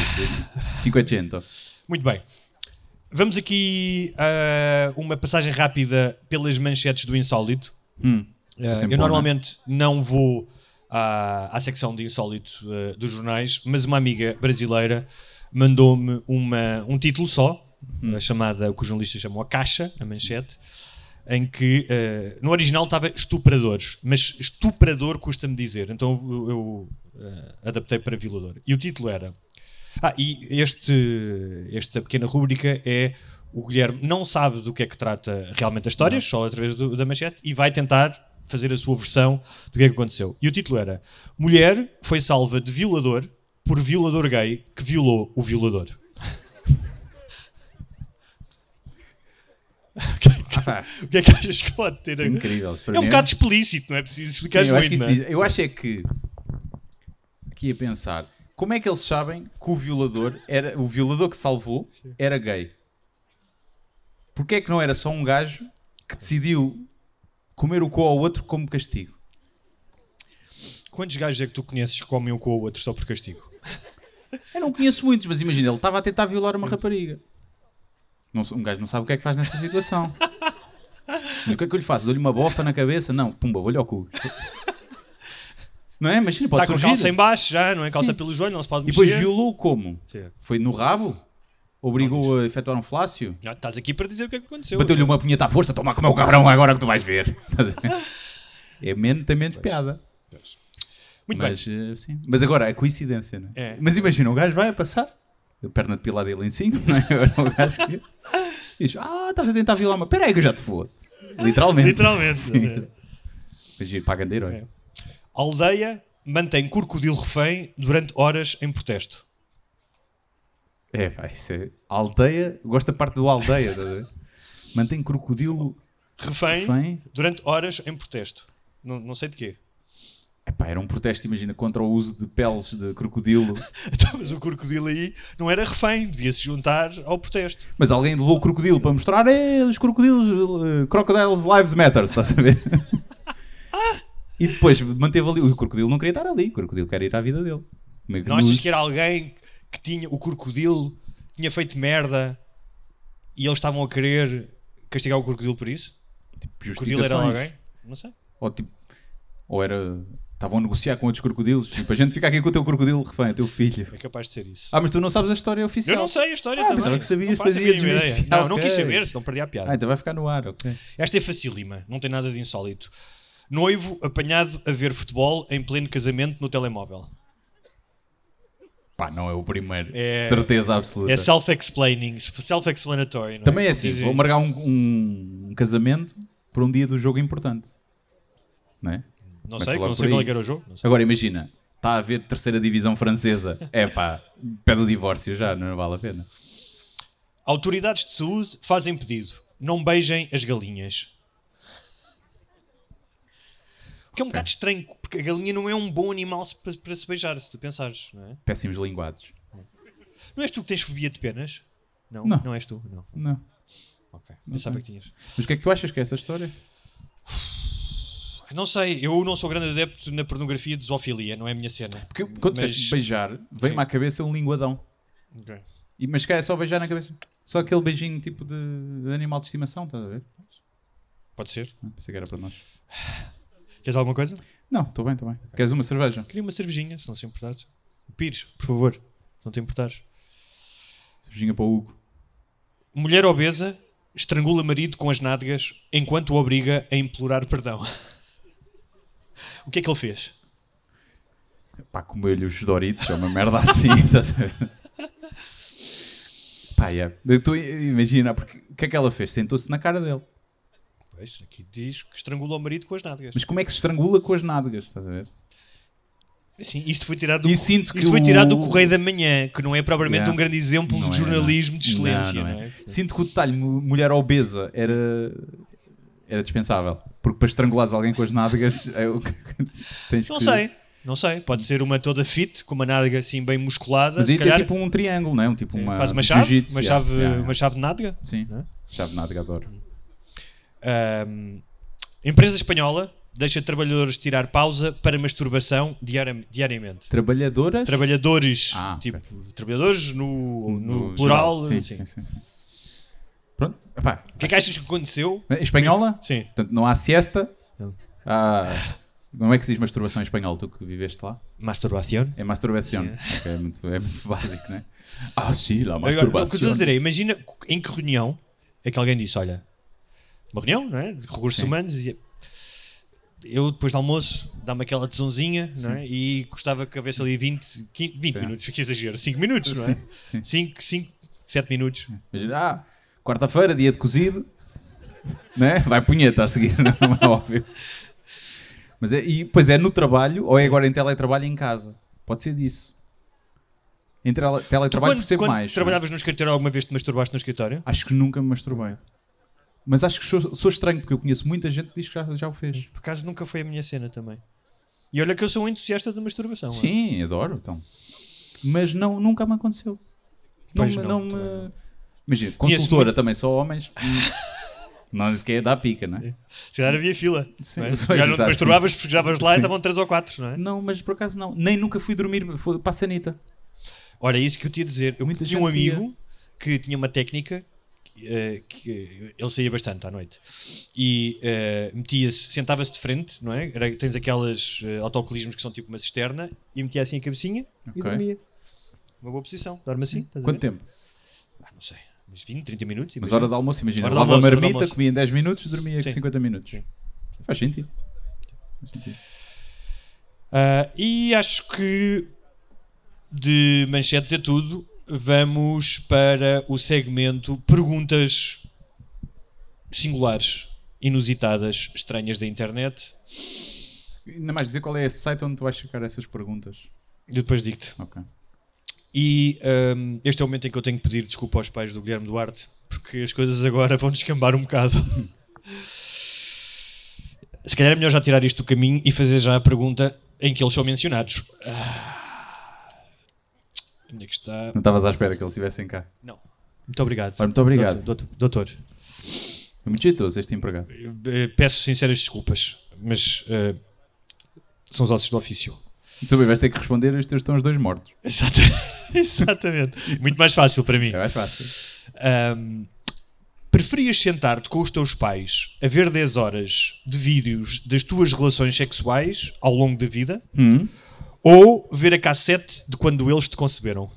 E: 500.
D: Muito bem. Vamos aqui a uma passagem rápida pelas manchetes do Insólito.
E: sempre
D: Eu
E: bom,
D: normalmente não vou à secção de Insólito dos jornais, mas uma amiga brasileira mandou-me um título só, chamada, o que os jornalistas chamam a caixa, a manchete, em que no original estava estupradores, mas estuprador custa-me dizer, então eu adaptei para violador. E o título era... e esta pequena rúbrica é: o Guilherme não sabe do que é que trata realmente as histórias, só através da manchete, e vai tentar fazer a sua versão do que é que aconteceu. E o título era: mulher foi salva de violador por violador gay que violou o violador. O que é que achas que pode ter?
E: É incrível.
D: É um bocado explícito, não é preciso explicar
E: Sim, eu acho que
D: muito,
E: isso
D: não é?
E: diz. Eu acho é que aqui a pensar, como é que eles sabem que o violador que salvou era gay? Porque é que não era só um gajo que decidiu comer o cu ao outro como castigo?
D: Quantos gajos é que tu conheces que comem um com o outro só por castigo?
E: Eu não conheço muitos, mas imagina, ele estava a tentar violar uma rapariga. Um gajo não sabe o que é que faz nesta situação. Mas o que é que eu lhe faço? Dou-lhe uma bofa na cabeça? Não, pumba, vou-lhe ao cu. Não é? Imagina, pode
D: Está com
E: surgir.
D: calça em baixo já, não é? Calça
E: Sim.
D: pelo joelho, não se pode
E: E
D: mexer.
E: depois violou como?
D: Sim.
E: Foi no rabo? Obrigou a efetuar um flácio?
D: Já estás aqui para dizer o que é que aconteceu.
E: Bateu-lhe uma punheta à força, toma como é o cabrão agora que tu vais ver. É menos, tem menos piada.
D: Muito
E: Mas,
D: bem.
E: sim. Mas agora, é coincidência, não é?
D: É.
E: Mas imagina, o gajo vai a passar, a perna depilada dele em cima, não é? Agora o gajo que diz, estás a tentar violar uma... Espera aí que eu já te fodo. Literalmente.
D: Literalmente.
E: Sim. Giro para a ganda herói.
D: É. Aldeia mantém crocodilo refém durante horas em protesto.
E: Vai ser. Aldeia, gosto da parte do aldeia, estás a ver? Mantém crocodilo
D: Refém durante horas em protesto. Não sei de quê.
E: Era um protesto, imagina, contra o uso de peles de crocodilo.
D: Mas o crocodilo aí não era refém, devia se juntar ao protesto.
E: Mas alguém levou o crocodilo para mostrar os crocodilos, Crocodiles Lives Matter, estás a ver? E depois manteve ali. O crocodilo não queria estar ali, o crocodilo quer ir à vida dele.
D: Não achas que era alguém que tinha o crocodilo, tinha feito merda e eles estavam a querer castigar o crocodilo por isso?
E: Tipo,
D: o crocodilo era alguém? Não sei.
E: Ou era. Estavam a negociar com outros crocodilos. Tipo, a gente fica aqui com o teu crocodilo refém, teu filho.
D: É capaz de ser isso.
E: Mas tu não sabes a história oficial.
D: Eu não sei a história também.
E: Pensava que sabias,
D: não faço a mínima ideia. Não
E: okay.
D: Quis saber, senão perdi a piada.
E: Então vai ficar no ar, ok.
D: Esta é facílima, não tem nada de insólito. Noivo apanhado a ver futebol em pleno casamento no telemóvel.
E: Não é o primeiro. Certeza absoluta.
D: É self-explanatory. Não é?
E: Também é assim, vou marcar um casamento por um dia do jogo importante. Não é?
D: Não sei qual era o jogo.
E: Agora imagina, está a haver terceira divisão francesa. Pede o divórcio já, não vale a pena.
D: Autoridades de saúde fazem pedido. Não beijem as galinhas. O que é um bocado estranho, porque a galinha não é um bom animal para se beijar, se tu pensares, não é?
E: Péssimos linguados.
D: Não és tu que tens fobia de penas? Não és tu,
E: não.
D: Ok, pensava que tinhas.
E: Mas o que é que tu achas que é essa história?
D: Não sei, eu não sou grande adepto na pornografia de zoofilia, não é a minha cena.
E: Porque quando disseste beijar, veio-me à cabeça um linguadão.
D: Okay.
E: Mas cá é só beijar na cabeça. Só aquele beijinho tipo de animal de estimação, estás a ver?
D: Pode ser.
E: Pensei que era para nós.
D: Queres alguma coisa?
E: Não, estou bem. Okay. Queres uma cerveja?
D: Queria uma cervejinha, se não se importares. Pires, por favor, se não te importares.
E: Cervejinha para o Hugo.
D: Mulher obesa estrangula marido com as nádegas enquanto o obriga a implorar perdão. O que é que ele fez?
E: Comeu-lhe os Doritos, é uma merda assim, estás a ver? Imagina, porque o que é que ela fez? Sentou-se na cara dele.
D: Pois, aqui diz que estrangulou o marido com as nádegas.
E: Mas como é que se estrangula com as nádegas, estás a ver?
D: Sim, isto foi tirado do Correio da Manhã, que não é propriamente um grande exemplo de jornalismo de excelência. Não é?
E: Sinto que o detalhe mulher obesa era dispensável. Porque para estrangulares alguém com as nádegas tens
D: Não sei. Pode ser uma toda fit, com uma nádega assim bem musculada.
E: Mas aí tem tipo um triângulo, não é?
D: Faz uma chave, uma chave de nádega.
E: Sim, chave de nádega, adoro.
D: Empresa espanhola deixa trabalhadores tirar pausa para masturbação diariamente. Trabalhadores,
E: okay.
D: Trabalhadores no plural.
E: Sim. Pronto.
D: O que é que achas que aconteceu?
E: Espanhola?
D: Sim.
E: Portanto, não há siesta. Como é que se diz masturbação em espanhol? Tu que viveste lá?
D: Masturbação.
E: É masturbação. Okay, é muito básico, não é? Sim, lá, masturbação.
D: Agora, o que eu estou a dizer é, imagina em que reunião é que alguém disse, olha, uma reunião, não é? De recursos humanos, e eu depois do almoço dá-me aquela tesãozinha, não é? E gostava que houvesse ali 20 minutos, que exagero, 5 minutos, não é? 5, 7 minutos.
E: Imagina, quarta-feira, dia de cozido, né? Vai punheta a seguir, não é óbvio. Mas pois é no trabalho ou é agora em teletrabalho em casa? Pode ser disso. Em teletrabalho percebo mais.
D: Quando trabalhavas no escritório, alguma vez te masturbaste no escritório?
E: Acho que nunca me masturbei. Mas acho que sou estranho, porque eu conheço muita gente que diz que já o fez.
D: Por acaso nunca foi a minha cena também. E olha que eu sou um entusiasta da masturbação.
E: Sim, adoro. Então. Mas nunca me aconteceu. Imagina, consultora também, só homens. Não se quer dar pica, não é?
D: Se calhar havia fila.
E: Sim,
D: não é? Já não te masturbavas porque já vas lá e estavam 3 ou 4, não é?
E: Não, mas por acaso não. Nem nunca fui dormir para a sanita.
D: Olha, isso que eu te ia dizer. Eu tinha um amigo que tinha uma técnica que ele saía bastante à noite e sentava-se de frente, não é? Tens aquelas autocolismos que são tipo uma cisterna e metia assim a cabecinha e dormia. Uma boa posição. Dorme assim.
E: Quanto tempo?
D: Não sei. Mas 20, 30 minutos.
E: Mas hora de almoço, imagina. Lava a marmita, comia em 10 minutos, dormia 50 minutos.
D: Sim.
E: Faz sentido.
D: E acho que de manchetes é tudo. Vamos para o segmento perguntas singulares, inusitadas, estranhas da internet.
E: Ainda mais dizer qual é esse site onde tu vais checar essas perguntas.
D: E depois digo-te.
E: Ok.
D: E este é o momento em que eu tenho que pedir desculpa aos pais do Guilherme Duarte, porque as coisas agora vão descambar um bocado. Se calhar é melhor já tirar isto do caminho e fazer já a pergunta em que eles são mencionados. Onde é que está?
E: Não estavas à espera que eles estivessem cá.
D: Não. Muito obrigado.
E: Olha, muito obrigado.
D: Doutor.
E: É muito jeitoso este empregado.
D: Peço sinceras desculpas, mas são os ossos do ofício.
E: Tu também vais ter que responder os teus estão os dois mortos.
D: Exatamente. Muito mais fácil para mim.
E: É mais fácil.
D: Preferias sentar-te com os teus pais a ver 10 horas de vídeos das tuas relações sexuais ao longo da vida ou ver a cassete de quando eles te conceberam?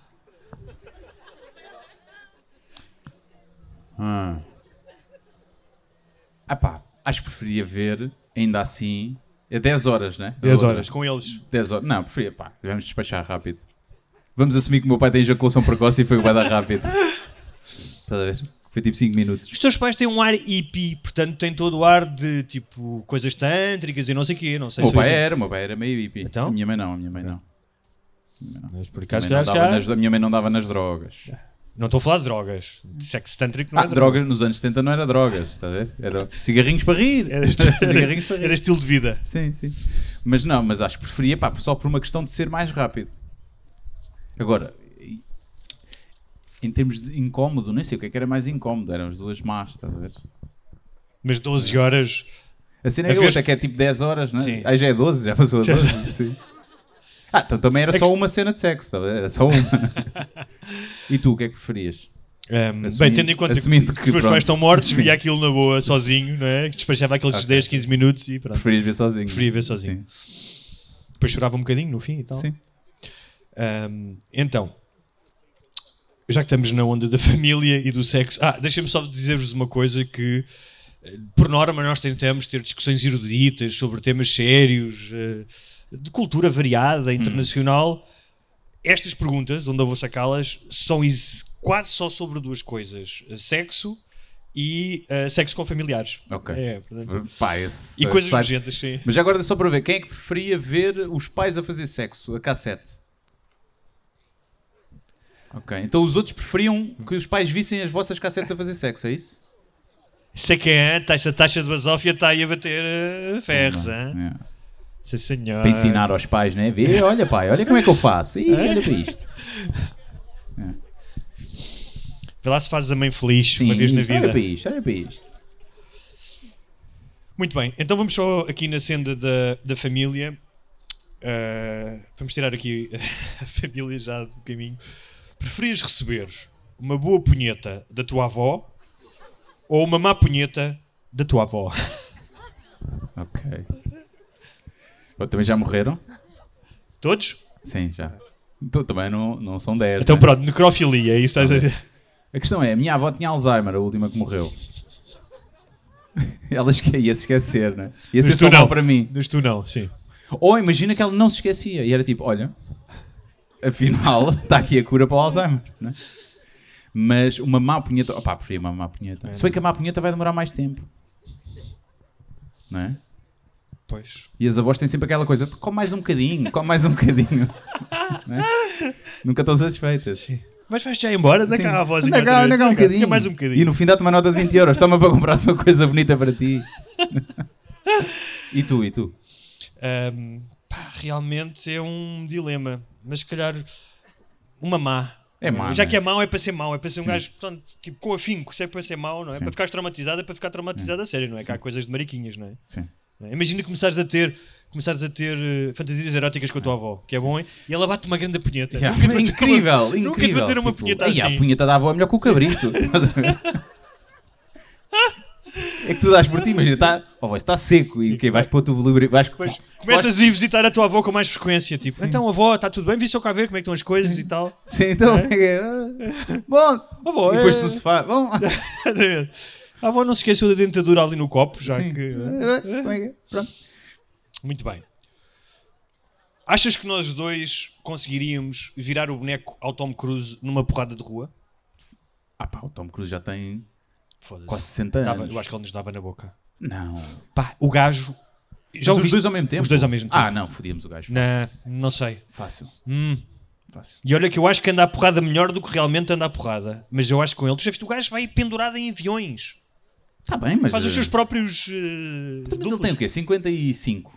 E: Acho que preferia ver, ainda assim, 10 horas, né?
D: 10 horas, com eles.
E: 10 horas. Não, preferia, vamos despachar rápido. Vamos assumir que o meu pai tem ejaculação precoce e foi o vai dar rápido. Estás a ver? Foi tipo 5 minutos.
D: Os teus pais têm um ar hippie, portanto têm todo o ar de tipo coisas tântricas e não sei o quê. Não sei
E: O
D: se
E: meu pai era meio hippie.
D: Então?
E: A minha mãe não.
D: Mas por acaso,
E: A minha mãe não dava nas drogas.
D: não estou a falar de drogas. De sexo tântrico não é
E: drogas nos anos 70 não era drogas, está a ver? Era cigarrinhos para rir. Cigarrinhos para rir.
D: Era estilo de vida.
E: Sim. Mas não, mas acho que preferia, só por uma questão de ser mais rápido. Agora, em termos de incómodo, nem sei o que era mais incómodo, eram as duas más, estás a ver?
D: Mas 12 horas...
E: A cena é outra, que é tipo 10 horas, não é?
D: Sim.
E: Aí já é 12, já passou a 12. Sim. Então também era só uma cena de sexo, está a ver? Era só uma. E tu, o que é que preferias?
D: Bem, tendo em conta que os meus pais estão mortos,
E: Sim.
D: via aquilo na boa, sozinho, não é? Que despachava aqueles 10, 15 minutos e pronto.
E: Preferias ver sozinho?
D: Preferia ver sozinho.
E: Sim.
D: Depois chorava um bocadinho no fim e tal.
E: Sim.
D: Então, já que estamos na onda da família e do sexo, deixem-me só dizer-vos uma coisa que, por norma, nós tentamos ter discussões eruditas sobre temas sérios, de cultura variada, internacional. Estas perguntas, onde eu vou sacá-las, são quase só sobre duas coisas: sexo e sexo com familiares.
E: Ok.
D: Portanto,
E: Esse,
D: e coisas
E: sai...
D: nojentas, sim.
E: Mas já agora só para ver, quem é que preferia ver os pais a fazer sexo, a cassete? Ok, então os outros preferiam que os pais vissem as vossas cassetes a fazer sexo, é isso?
D: Isso é que é, essa taxa de basófia está aí a bater ferros, hein? Sim, senhor.
E: Para ensinar aos pais, né? Vê, olha pai, olha como é que eu faço. Ih, olha para isto.
D: Vê lá se fazes a mãe feliz
E: Sim,
D: uma vez na vida.
E: Olha para isto.
D: Muito bem, então vamos só aqui na senda da família. Vamos tirar aqui a família já do caminho. Preferias receber uma boa punheta da tua avó ou uma má punheta da tua avó?
E: Ok. Também já morreram?
D: Todos?
E: Sim, já. Também não são 10.
D: Então
E: né?
D: pronto, necrofilia, é isso que estás a dizer?
E: A questão é, a minha avó tinha Alzheimer, a última que morreu. Ela ia se esquecer, né? Ia ser só mal para mim.
D: Mas tu não, sim.
E: Ou imagina que ela não se esquecia e era tipo, olha, afinal está aqui a cura para o Alzheimer, né? Mas uma má punheta, preferia uma má punheta. Se bem que a má punheta vai demorar mais tempo, não é?
D: Pois.
E: E as avós têm sempre aquela coisa, come mais um bocadinho. Não é? Nunca estão satisfeitas.
D: Sim. Mas vais já embora, anda cá a vozinha.
E: Anda cá um bocadinho.
D: Mais um bocadinho.
E: E no fim dá-te uma nota de 20 euros, toma para comprar-se uma coisa bonita para ti. E tu?
D: Realmente é um dilema, mas se calhar uma má.
E: É má,
D: já
E: né?
D: que é mau, é para ser mau, é para ser um
E: Sim.
D: gajo, portanto, tipo, com afinco, se é para ser mau, não é?
E: Sim.
D: Para ficares traumatizado, é para ficar traumatizado a sério, não é?
E: Sim.
D: Que há coisas de mariquinhas, não é?
E: Sim.
D: Imagina começares a ter fantasias eróticas com a tua avó, que é bom, e ela bate uma grande punheta.
E: Yeah.
D: Nunca te
E: Incrível.
D: Nunca te bater uma punheta assim.
E: A punheta da avó é melhor que o cabrito. É que tu dás por ti, imagina, está seco e vais para o tubo livre.
D: Depois começas a ir visitar a tua avó com mais frequência, tipo,
E: Sim.
D: então avó, está tudo bem? Viste só cá ver como é que estão as coisas e tal.
E: Sim, então bom,
D: Avó,
E: e depois no sofá, bom.
D: A avó não se esqueceu da dentadura ali no copo, já
E: Sim.
D: que...
E: Como é que é? Pronto.
D: Muito bem. Achas que nós dois conseguiríamos virar o boneco ao Tom Cruise numa porrada de rua?
E: O Tom Cruise já tem
D: Foda-se.
E: quase 60 anos.
D: Eu acho que ele nos dava na boca.
E: Não.
D: O gajo
E: Mas os dois ao mesmo tempo?
D: Os dois ao mesmo tempo.
E: Ah, não, fodíamos o gajo. Fácil.
D: Não sei.
E: Fácil. Fácil.
D: E olha que eu acho que anda à porrada melhor do que realmente anda à porrada. Mas eu acho que com ele, tu já viste, o gajo vai pendurado em aviões.
E: Está bem, mas...
D: Faz os seus próprios
E: Mas ele tem o quê? 55?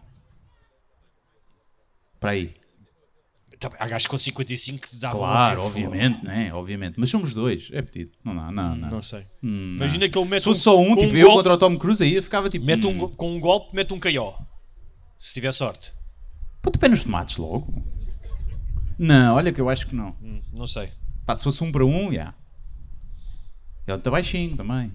E: Para aí.
D: Há gajos com 55 que dá
E: Claro, obviamente, né? Obviamente. Mas somos dois. É fedido. Não dá, não.
D: Não sei.
E: Não.
D: Imagina que ele mete
E: Se fosse só um,
D: com
E: tipo
D: um
E: eu
D: golpe,
E: contra o Tom Cruise, aí eu ficava tipo...
D: com um golpe, mete um KO. Se tiver sorte.
E: Põe-te o pé nos tomates logo. Não, olha que eu acho que não.
D: Não sei.
E: Pá, se fosse 1 para 1, já. Ele está baixinho também.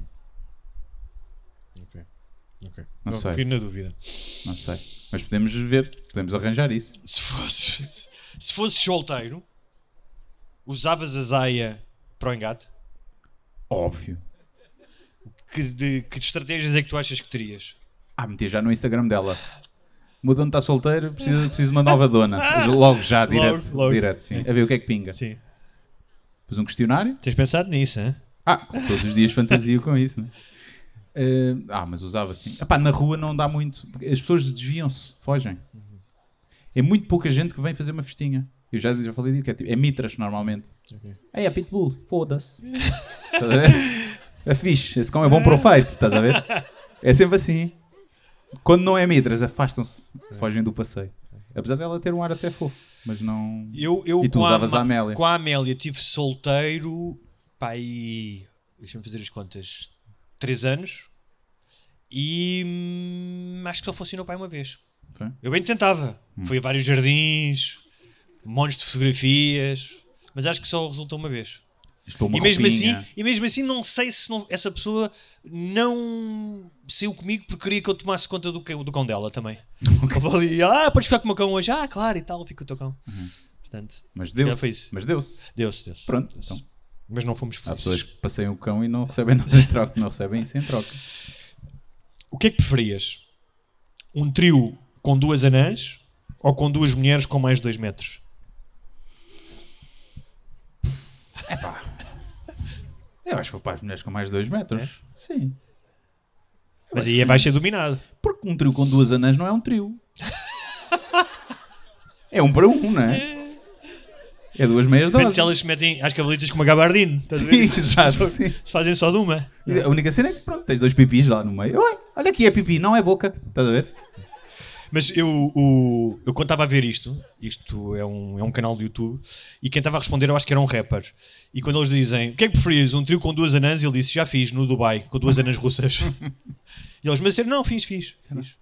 D: Ok.
E: Não sei.
D: Fico na dúvida.
E: Não sei. Mas podemos ver. Podemos arranjar isso.
D: Se fosse solteiro, usavas a Zaya para o engate?
E: Óbvio.
D: Que estratégias é que tu achas que terias?
E: Metia já no Instagram dela. Mudando está solteiro, preciso de uma nova dona. Logo já, direto.
D: Logo.
E: Direto, sim. A ver o que é que pinga.
D: Sim.
E: Pus um questionário.
D: Tens pensado nisso, hein?
E: Todos os dias fantasio com isso, né? Mas usava assim. Na rua não dá muito. As pessoas desviam-se, fogem. É muito pouca gente que vem fazer uma festinha. Eu já falei disso, que é mitras normalmente.
D: Okay.
E: É pitbull, foda-se. Estás a ver? É fixe, esse cão é bom para o fight, estás a ver? É sempre assim. Quando não é mitras, afastam-se, fogem do passeio. Apesar dela ter um ar até fofo, mas não...
D: Eu
E: e tu usavas a Amélia.
D: Com a Amélia tive solteiro, pai, deixa-me fazer as contas, 3 anos, e acho que só funcionou pai uma vez.
E: Foi?
D: Eu bem tentava. Fui a vários jardins, montes de fotografias, mas acho que só resultou uma vez. E mesmo assim não sei se essa pessoa não saiu comigo porque queria que eu tomasse conta do cão dela também. Eu falei, podes ficar com o meu cão hoje? Claro, e tal, fica com o teu cão. Portanto,
E: mas deu-se.
D: Deu-se.
E: Pronto, então.
D: Mas não fomos felizes.
E: Há pessoas que passeiam o cão e não recebem nada em troca, não recebem isso em troca.
D: O que é que preferias? Um trio com 2 anãs ou com 2 mulheres com mais de 2 metros?
E: Eu acho que vou para as mulheres com mais de 2 metros.
D: É?
E: Sim.
D: Mas aí vai ser dominado.
E: Porque um trio com 2 anãs não é um trio. É 1 para 1, não é? É 2 meias doses.
D: Se elas se metem às cavalitas com uma gabardine.
E: Sim, exato.
D: Se fazem só de uma.
E: A única cena é que pronto, tens 2 pipis lá no meio. Olha aqui, é pipi, não é boca. Estás a ver?
D: Mas eu quando estava a ver isto é um canal do YouTube, e quem estava a responder eu acho que era um rapper. E quando eles dizem, o que é que preferias? Um trio com 2 anãs? Ele disse, já fiz no Dubai, com 2 anãs russas. E eles me disseram, não, fiz.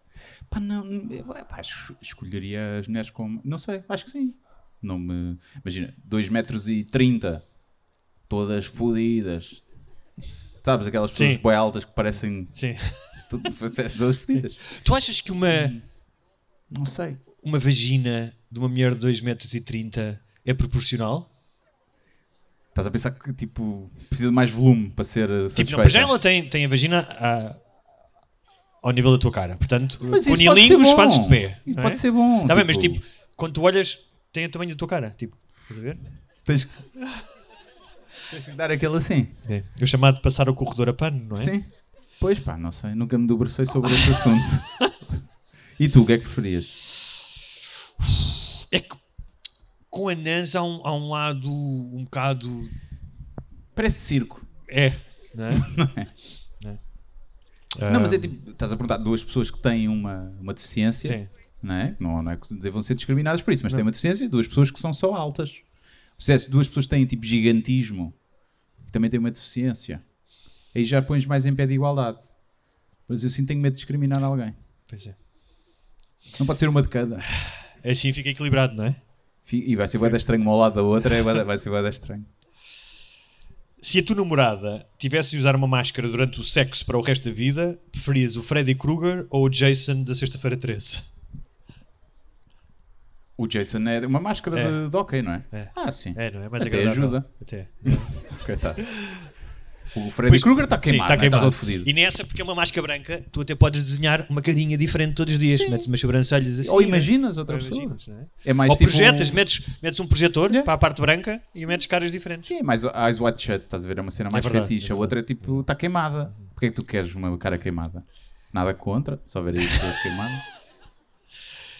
E: Escolheria as mulheres com... Não sei, acho que sim. Não me... Imagina, 2,30 metros, todas fodidas. Sabes, aquelas pessoas bem altas que parecem...
D: Sim.
E: Todas fodidas.
D: Tu achas que
E: Não sei.
D: Uma vagina de uma mulher de 2,30 metros é proporcional?
E: Estás a pensar que, tipo, precisa de mais volume para ser satisfeita?
D: Não, mas já ela tem a vagina ao nível da tua cara. Portanto,
E: unilingus
D: fazes de pé.
E: Isso pode ser bom.
D: Tá bem, mas tipo, quando tu olhas, tem o tamanho da tua cara. Tipo, estás a ver?
E: Tens que dar aquele assim.
D: É. Eu chamado de passar o corredor a pano, não é?
E: Sim. Pois pá, não sei. Nunca me debrucei sobre esse assunto. E tu, o que é que preferias?
D: É que com anãs há um lado um bocado...
E: Parece circo.
D: Não é?
E: Não, mas é tipo, estás a perguntar 2 pessoas que têm uma deficiência.
D: Sim.
E: Não é? Não é que devam ser discriminadas por isso, mas têm uma deficiência, 2 pessoas que são só altas. Se 2 pessoas têm tipo gigantismo e também têm uma deficiência, aí já pões mais em pé de igualdade. Mas eu sim tenho medo de discriminar alguém.
D: Pois é.
E: Não pode ser uma de cada.
D: Assim fica equilibrado, não é?
E: E vai ser bué da estranho uma ao lado da outra, vai ser bué da estranho.
D: Se a tua namorada tivesse de usar uma máscara durante o sexo para o resto da vida, preferias o Freddy Krueger ou o Jason da Sexta-feira 13?
E: O Jason é uma máscara de hockey, não é? Sim.
D: Não é? Mais
E: até
D: agradável.
E: ajuda.
D: Até.
E: Coitado. O Freddy Krueger está queimado, está todo fodido.
D: E nessa, porque é uma máscara branca, tu até podes desenhar uma carinha diferente todos os dias. Metes umas sobrancelhas assim.
E: Ou imaginas outra pessoa.
D: Não é?
E: É mais
D: ou
E: tipo
D: projetas, metes um projetor para a parte branca e metes caras diferentes.
E: Sim, mais Eyes Wide Shut, estás a ver? É uma cena mais fetiche. A outra é tipo, está queimada. Porquê é que tu queres uma cara queimada? Nada contra, só ver aí pessoas queimadas.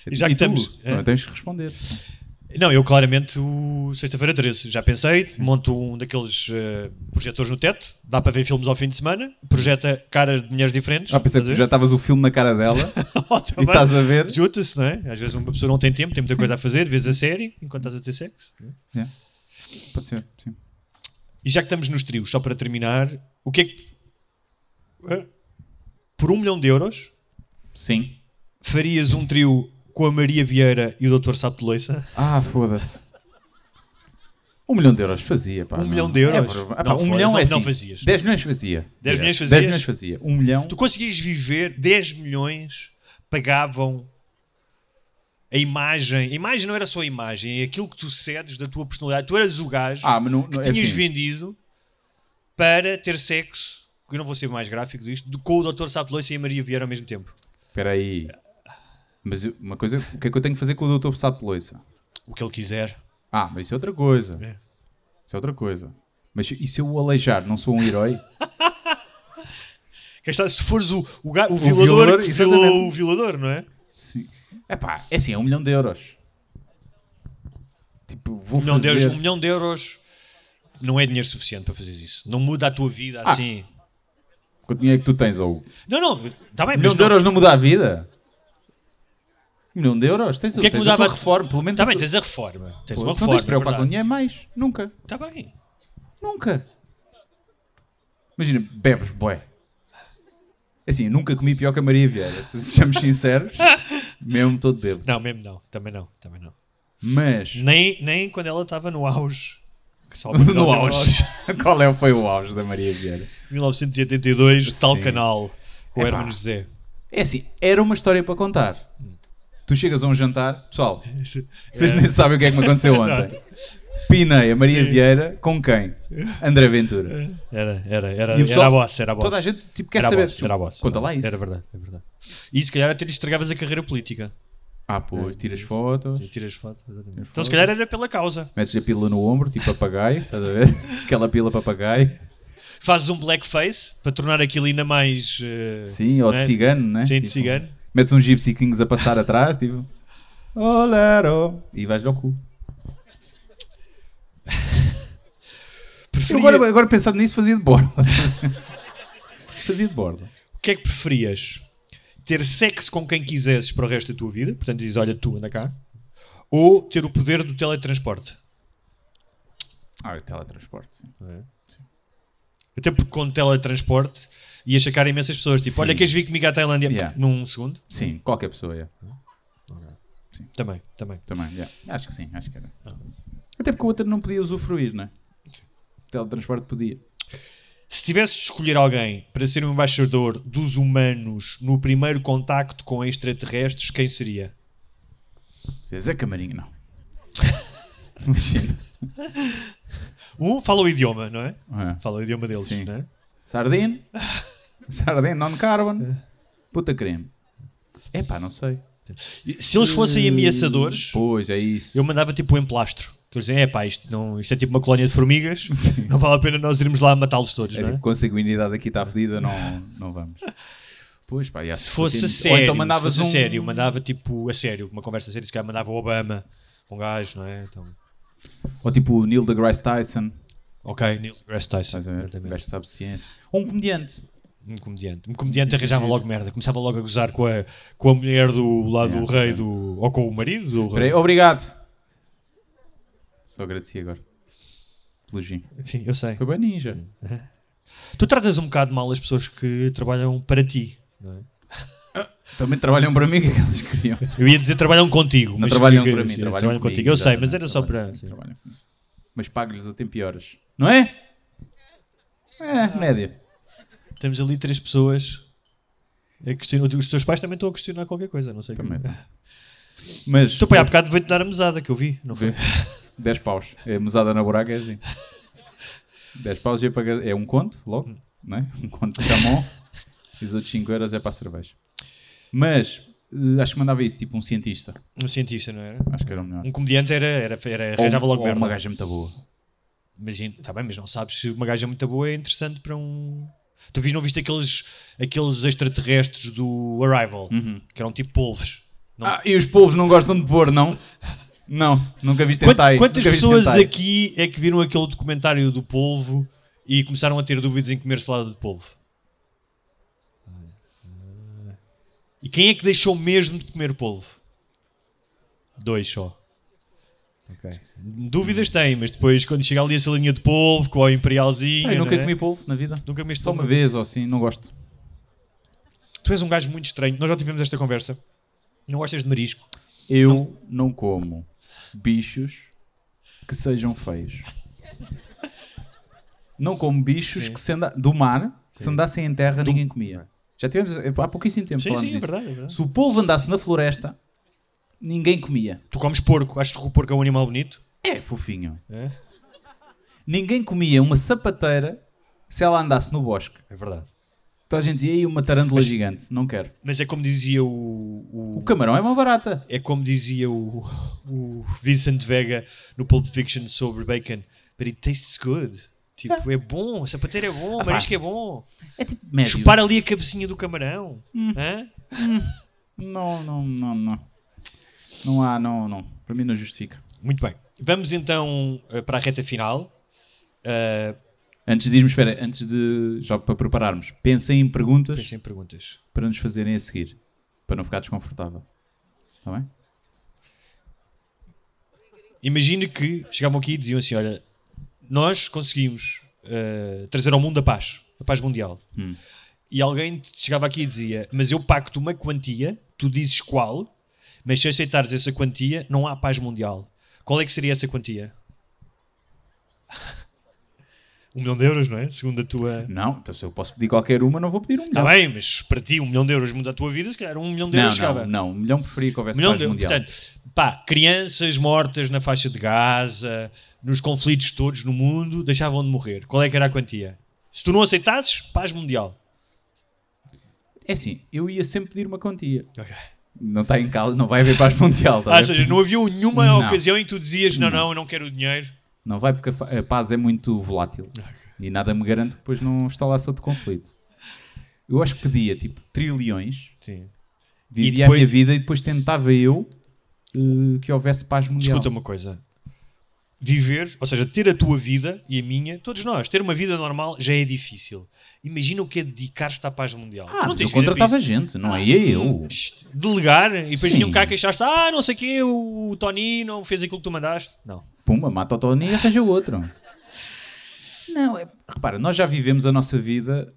D: E já que estamos...
E: Não, tens que responder.
D: Não, eu claramente o Sexta-feira 13. Já pensei, monto um daqueles projetores no teto, dá para ver filmes ao fim de semana, projeta caras de mulheres diferentes.
E: Pensei que já estavas o filme na cara dela e estás a ver.
D: Junta-se, não é? Às vezes uma pessoa não tem tempo, tem muita coisa a fazer, vês a série enquanto estás a ter sexo.
E: Yeah. Pode ser, sim.
D: E já que estamos nos trios, só para terminar, o que é que... Por 1 milhão de euros,
E: Sim.
D: farias um trio com a Maria Vieira e o Dr. Sapo de Loiça?
E: Foda-se. 1 milhão de euros fazia, pá.
D: 1 milhão de euros?
E: Não, 1 milhão é assim.
D: Não fazias.
E: 10 milhões fazia.
D: 10 milhões fazias?
E: 10 milhões fazia. 1 milhão...
D: Tu conseguias viver 10 milhões, pagavam a imagem. A imagem não era só a imagem, é aquilo que tu cedes da tua personalidade. Tu eras o gajo
E: mas não,
D: que
E: é
D: tinhas
E: assim.
D: vendido para ter sexo, que eu não vou ser mais gráfico disto, com o Dr. Sapo de Loiça e a Maria Vieira ao mesmo tempo.
E: Espera aí. Mas uma coisa, o que é que eu tenho que fazer com o Dr. Sapo de Loiça?
D: O que ele quiser.
E: Mas isso é outra coisa. Isso é outra coisa. Mas e se eu o aleijar, não sou um herói?
D: Se tu fores o violador que violou o violador, não é?
E: Sim. É assim, é 1 milhão de euros. Tipo, vou
D: 1 milhão
E: fazer...
D: de euros, 1 milhão de euros não é dinheiro suficiente para fazer isso. Não muda a tua vida assim.
E: Quanto dinheiro é que tu tens, ou
D: Não, está bem,
E: 1 milhão de euros não muda a vida? 1 milhão de euros? Tens,
D: o que é que
E: tens
D: mudava
E: a tua reforma, pelo menos.
D: Está bem, tens a reforma. Tens uma
E: não
D: reforma.
E: tens de preocupar com dinheiro mais. Nunca.
D: Está bem.
E: Nunca. Imagina, bebes, bué. Assim, eu nunca comi pior que a Maria Vieira. Se sejamos sinceros, mesmo todo bebo.
D: Não, mesmo não. Também não.
E: Mas...
D: Nem quando ela estava no auge. Que só
E: no auge. Qual foi o auge da Maria Vieira?
D: 1982, tal
E: Sim.
D: canal, com o Hermano José.
E: É assim, era uma história para contar. Tu chegas a um jantar... Pessoal, vocês nem sabem o que é que me aconteceu ontem. Pinei a Maria Vieira com quem? André Ventura.
D: Era
E: E o pessoal,
D: a boss.
E: Toda a gente tipo, quer
D: Era a
E: saber.
D: boss, era a boss.
E: Conta lá isso.
D: Era verdade, é verdade. E se calhar até lhe estragavas a carreira política.
E: Pois, tiras fotos.
D: Sim, tiras fotos, exatamente. Então se calhar era pela causa.
E: Metes a pila no ombro, tipo papagaio, estás a ver? Aquela pila papagaio.
D: Fazes um blackface para tornar aquilo ainda mais...
E: Sim, ou de cigano, né?
D: Sim, de
E: Tipo,
D: cigano.
E: Metes uns Gypsy Kings a passar atrás, tipo... Olero! E vais ao cu.
D: Preferia...
E: Agora pensando nisso, fazia de borda. Fazia de borda.
D: O que é que preferias? Ter sexo com quem quisesses para o resto da tua vida? Portanto, dizes, olha, tu anda cá. Ou ter o poder do teletransporte?
E: O teletransporte, sim.
D: Até porque com teletransporte ias sacar imensas pessoas. Tipo,
E: Sim.
D: olha, queres vir comigo à Tailândia num segundo?
E: Sim, qualquer pessoa, é.
D: Também.
E: Também, yeah. Acho que sim, acho que era. Até porque o outro não podia usufruir, não é? O teletransporte podia.
D: Se tivesses de escolher alguém para ser um embaixador dos humanos no primeiro contacto com extraterrestres, quem seria?
E: Zé Camarinho, não. Imagina.
D: Fala o idioma, não é?
E: É.
D: Fala o idioma deles,
E: Sim.
D: não é?
E: Sardine, non-carbon, puta creme. Não sei.
D: Se eles fossem ameaçadores,
E: Pois, é isso.
D: eu mandava tipo um emplastro. Que eles dizem, isto é tipo uma colónia de formigas, não vale a pena nós irmos lá matá-los todos, não é?
E: Tipo, consanguinidade aqui está fedida, não vamos. Pois, pá,
D: Se fosse a sério, mandava tipo a sério, uma conversa séria, se calhar mandava o Obama, um gajo, não é? Então...
E: Ou tipo o Neil deGrasse Tyson.
D: Ok, Neil deGrasse Tyson.
E: Um gajo que sabe de ciência. Ou um comediante.
D: Um comediante arranjava logo merda, começava logo a gozar com a mulher do lado do rei, ou com o marido do rei.
E: Peraí, obrigado. Só agradeci agora. Elogio.
D: Sim, eu sei.
E: Foi bem ninja.
D: Tu tratas um bocado mal as pessoas que trabalham para ti, não é?
E: Também trabalham para mim, o que é que eles queriam?
D: Eu ia dizer trabalham contigo.
E: Não
D: mas
E: trabalham
D: que-
E: para mim,
D: sim,
E: trabalham
D: contigo.
E: comigo,
D: Eu sei, mas
E: exatamente,
D: era só para...
E: trabalham comigo. Mas pago-lhes a tempo e horas. Não é? Média.
D: Temos ali 3 pessoas a questionar. Os teus pais também estão a questionar qualquer coisa, não sei.
E: Também. Mas...
D: Tu pai há bocado veio-te dar a mesada que eu vi, não foi?
E: 10 paus. É mesada na buraca, é assim. 10 paus é um conto, logo. Não é? Um conto de chamon. E os outros 5 euros é para a cerveja. Mas acho que mandava isso, tipo um cientista.
D: Um cientista, não era?
E: Acho que era o melhor.
D: Um comediante arranjava logo
E: ou
D: merda.
E: uma gaja muito boa.
D: Está bem, mas não sabes se uma gaja muito boa é interessante para um... Tu não viste aqueles extraterrestres do Arrival, que eram tipo polvos.
E: E os polvos não gostam de pôr, não? Não, nunca viste hentai.
D: Quantas
E: nunca viste
D: pessoas
E: hentai.
D: aqui é que viram aquele documentário do polvo e começaram a ter dúvidas em comer salada de polvo? E quem é que deixou mesmo de comer polvo? 2 só. Okay. Dúvidas tem, mas depois quando chega ali a salinha de polvo com o imperialzinho...
E: Eu nunca comi polvo na vida.
D: Nunca comeste
E: Só
D: polvo?
E: uma vez ou assim, não gosto.
D: Tu és um gajo muito estranho. Nós já tivemos esta conversa. Não gostas de marisco?
E: Eu não como bichos que sejam feios. Não como bichos que do mar, se andassem em terra, ninguém comia. Já tivemos há pouquíssimo tempo falamos disso.
D: É verdade.
E: Se o polvo andasse na floresta, ninguém comia.
D: Tu comes porco. Achas que o porco é um animal bonito?
E: É fofinho.
D: É?
E: Ninguém comia uma sapateira se ela andasse no bosque.
D: É verdade.
E: Então a gente dizia, aí uma tarântula gigante, não quero.
D: Mas é como dizia o
E: camarão é uma barata.
D: É como dizia o Vincent Vega no Pulp Fiction sobre bacon. But it tastes good. Tipo, é bom, a sapateira é bom, o marisco é bom.
E: É tipo médio.
D: Chupar ali a cabecinha do camarão. Hã?
E: Não. Não há, não. Para mim não justifica.
D: Muito bem. Vamos então para a reta final.
E: Antes de irmos, já para prepararmos, pensem em perguntas.
D: Pensem em perguntas.
E: Para nos fazerem a seguir. Para não ficar desconfortável. Está bem?
D: Imagine que chegavam aqui e diziam assim, olha, nós conseguimos trazer ao mundo a paz mundial. E alguém chegava aqui e dizia, mas eu pago-te uma quantia, tu dizes qual, mas se aceitares essa quantia, não há paz mundial. Qual é que seria essa quantia? 1 milhão de euros, não é? Segundo a tua...
E: Não, então se eu posso pedir qualquer uma, não vou pedir 1 milhão.
D: Está bem, mas para ti 1 milhão de euros muda a tua vida, se calhar 1 milhão de euros chegava.
E: Não, 1 milhão preferia que houvesse paz mundial.
D: Portanto, crianças mortas na faixa de Gaza, nos conflitos todos no mundo, deixavam de morrer. Qual é que era a quantia? Se tu não aceitasses, paz mundial.
E: É assim, eu ia sempre pedir uma quantia.
D: Ok.
E: Não está em causa, não vai haver paz mundial.
D: Ou seja, não havia nenhuma ocasião em que tu dizias, não, eu não quero o dinheiro.
E: Não vai porque a paz é muito volátil. Okay. E nada me garante que depois não instalasse outro conflito. Eu acho que pedia, tipo, trilhões.
D: Sim.
E: Vivia a minha vida e depois tentava eu que houvesse paz mundial.
D: Escuta uma coisa. Viver, ou seja, ter a tua vida e a minha, todos nós, ter uma vida normal já é difícil. Imagina o que é dedicar-te à paz mundial.
E: Mas eu contratava gente, não é eu.
D: Delegar e depois vinham cá queixar-se, não sei o quê, o Tony não fez aquilo que tu mandaste. Não.
E: Pumba, mata o Tony e arranja o outro. Não, repara, nós já vivemos a nossa vida,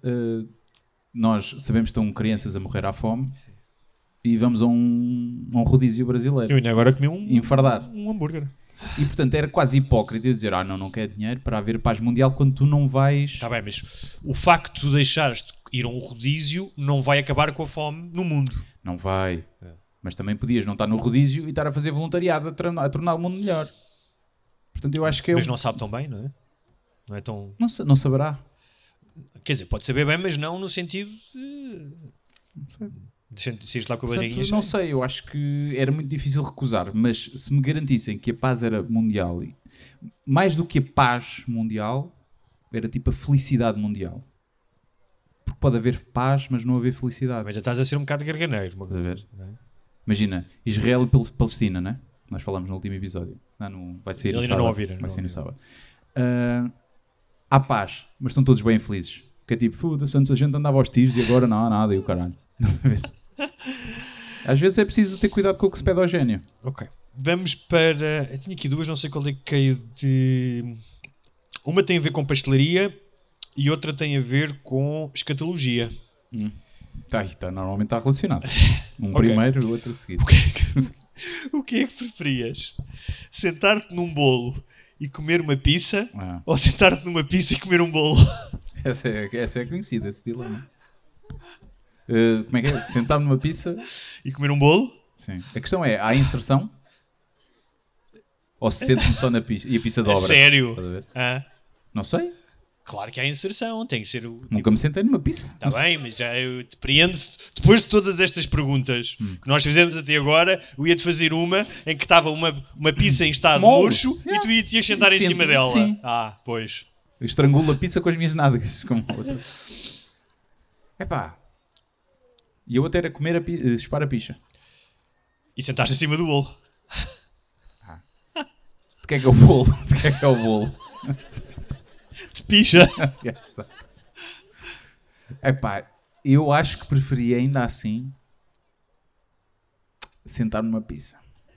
E: nós sabemos que estão crianças a morrer à fome e vamos a um rodízio brasileiro.
D: Eu ainda agora comi
E: enfardar.
D: Um hambúrguer.
E: E portanto era quase hipócrita eu dizer, não quero dinheiro para haver paz mundial quando tu não vais...
D: Está bem, mas o facto de tu deixares de ir a um rodízio não vai acabar com a fome no mundo.
E: Não vai. Mas também podias não estar no rodízio e estar a fazer voluntariado a tornar o mundo melhor. Portanto eu acho que
D: Mas não sabe tão bem, não é? Não é tão...
E: Não saberá.
D: Quer dizer, pode saber bem, mas não no sentido de...
E: Não sei.
D: Deixa lá com a barriguinha.
E: Não sei, eu acho que era muito difícil recusar, mas se me garantissem que a paz era mundial, mais do que a paz mundial, era tipo a felicidade mundial. Porque pode haver paz, mas não haver felicidade.
D: Mas já estás a ser um bocado garganeiro.
E: Estás a ver? Imagina, Israel e Palestina, né? Nós falámos no último episódio. Vai sair no sábado. Vai sair no sábado. Há paz, mas estão todos bem felizes. Que é tipo, foda-se, antes a gente andava aos tiros e agora não há nada e o caralho. Às vezes é preciso ter cuidado com o que se pede ao gênio.
D: Ok. Vamos para... Eu tinha aqui duas, não sei qual é que caiu de... Uma tem a ver com pastelaria e outra tem a ver com escatologia.
E: Normalmente está relacionado. Um primeiro e o outro a seguir.
D: O que é que preferias? Sentar-te num bolo e comer uma pizza ou sentar-te numa pizza e comer um bolo?
E: Essa é conhecida, esse dilema. Como é que é? Sentar-me numa pizza
D: e comer um bolo?
E: Sim. A questão é, há inserção? Ou se sente-me só na pizza e a pizza dobra-se?
D: Sério?
E: Não sei.
D: Claro que há inserção, tem que ser o...
E: Nunca me sentei numa pizza.
D: Está bem, mas já eu depreendo-se. Depois de todas estas perguntas que nós fizemos até agora, eu ia-te fazer uma em que estava uma pizza em estado murcho e tu ias sentar em cima dela.
E: Sim.
D: Pois.
E: Eu estrangulo a pizza com as minhas nádegas. Como outra. Epá. E a outra era chupar a picha.
D: E sentaste em cima do bolo.
E: De que é o bolo? De que é o bolo?
D: De picha.
E: Exato. Epá, eu acho que preferia ainda assim sentar numa pizza.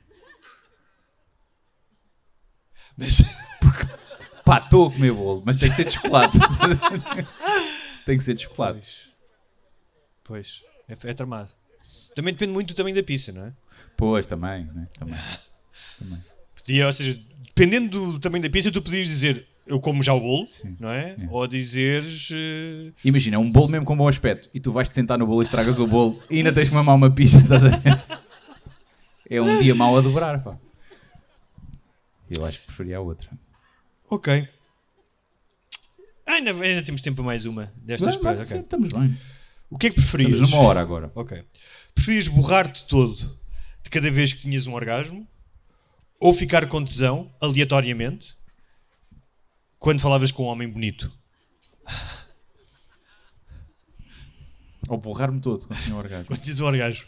D: Mas...
E: Pá, estou a comer bolo, mas tem que ser de chocolate. Tem que ser de chocolate.
D: Pois. É tramado. Também depende muito do tamanho da pizza, não é?
E: Pois, também, né? Também.
D: Ou seja, dependendo do tamanho da pizza, tu podias dizer eu como já o bolo,
E: Sim.
D: não é?
E: É.
D: Ou dizeres...
E: Imagina, um bolo mesmo com bom aspecto e tu vais-te sentar no bolo e estragas o bolo e ainda tens que mamar uma pizza, estás a ver? É um dia mau a dobrar, pá. Eu acho que preferia a outra.
D: Ok. Ainda temos tempo para mais uma destas coisas.
E: Sim, estamos bem.
D: O que é que preferias?
E: Estamos numa hora agora.
D: Ok. Preferias borrar-te todo de cada vez que tinhas um orgasmo ou ficar com tesão, aleatoriamente, quando falavas com um homem bonito?
E: Ou borrar-me todo quando tinha um orgasmo.
D: Quando tinhas um orgasmo.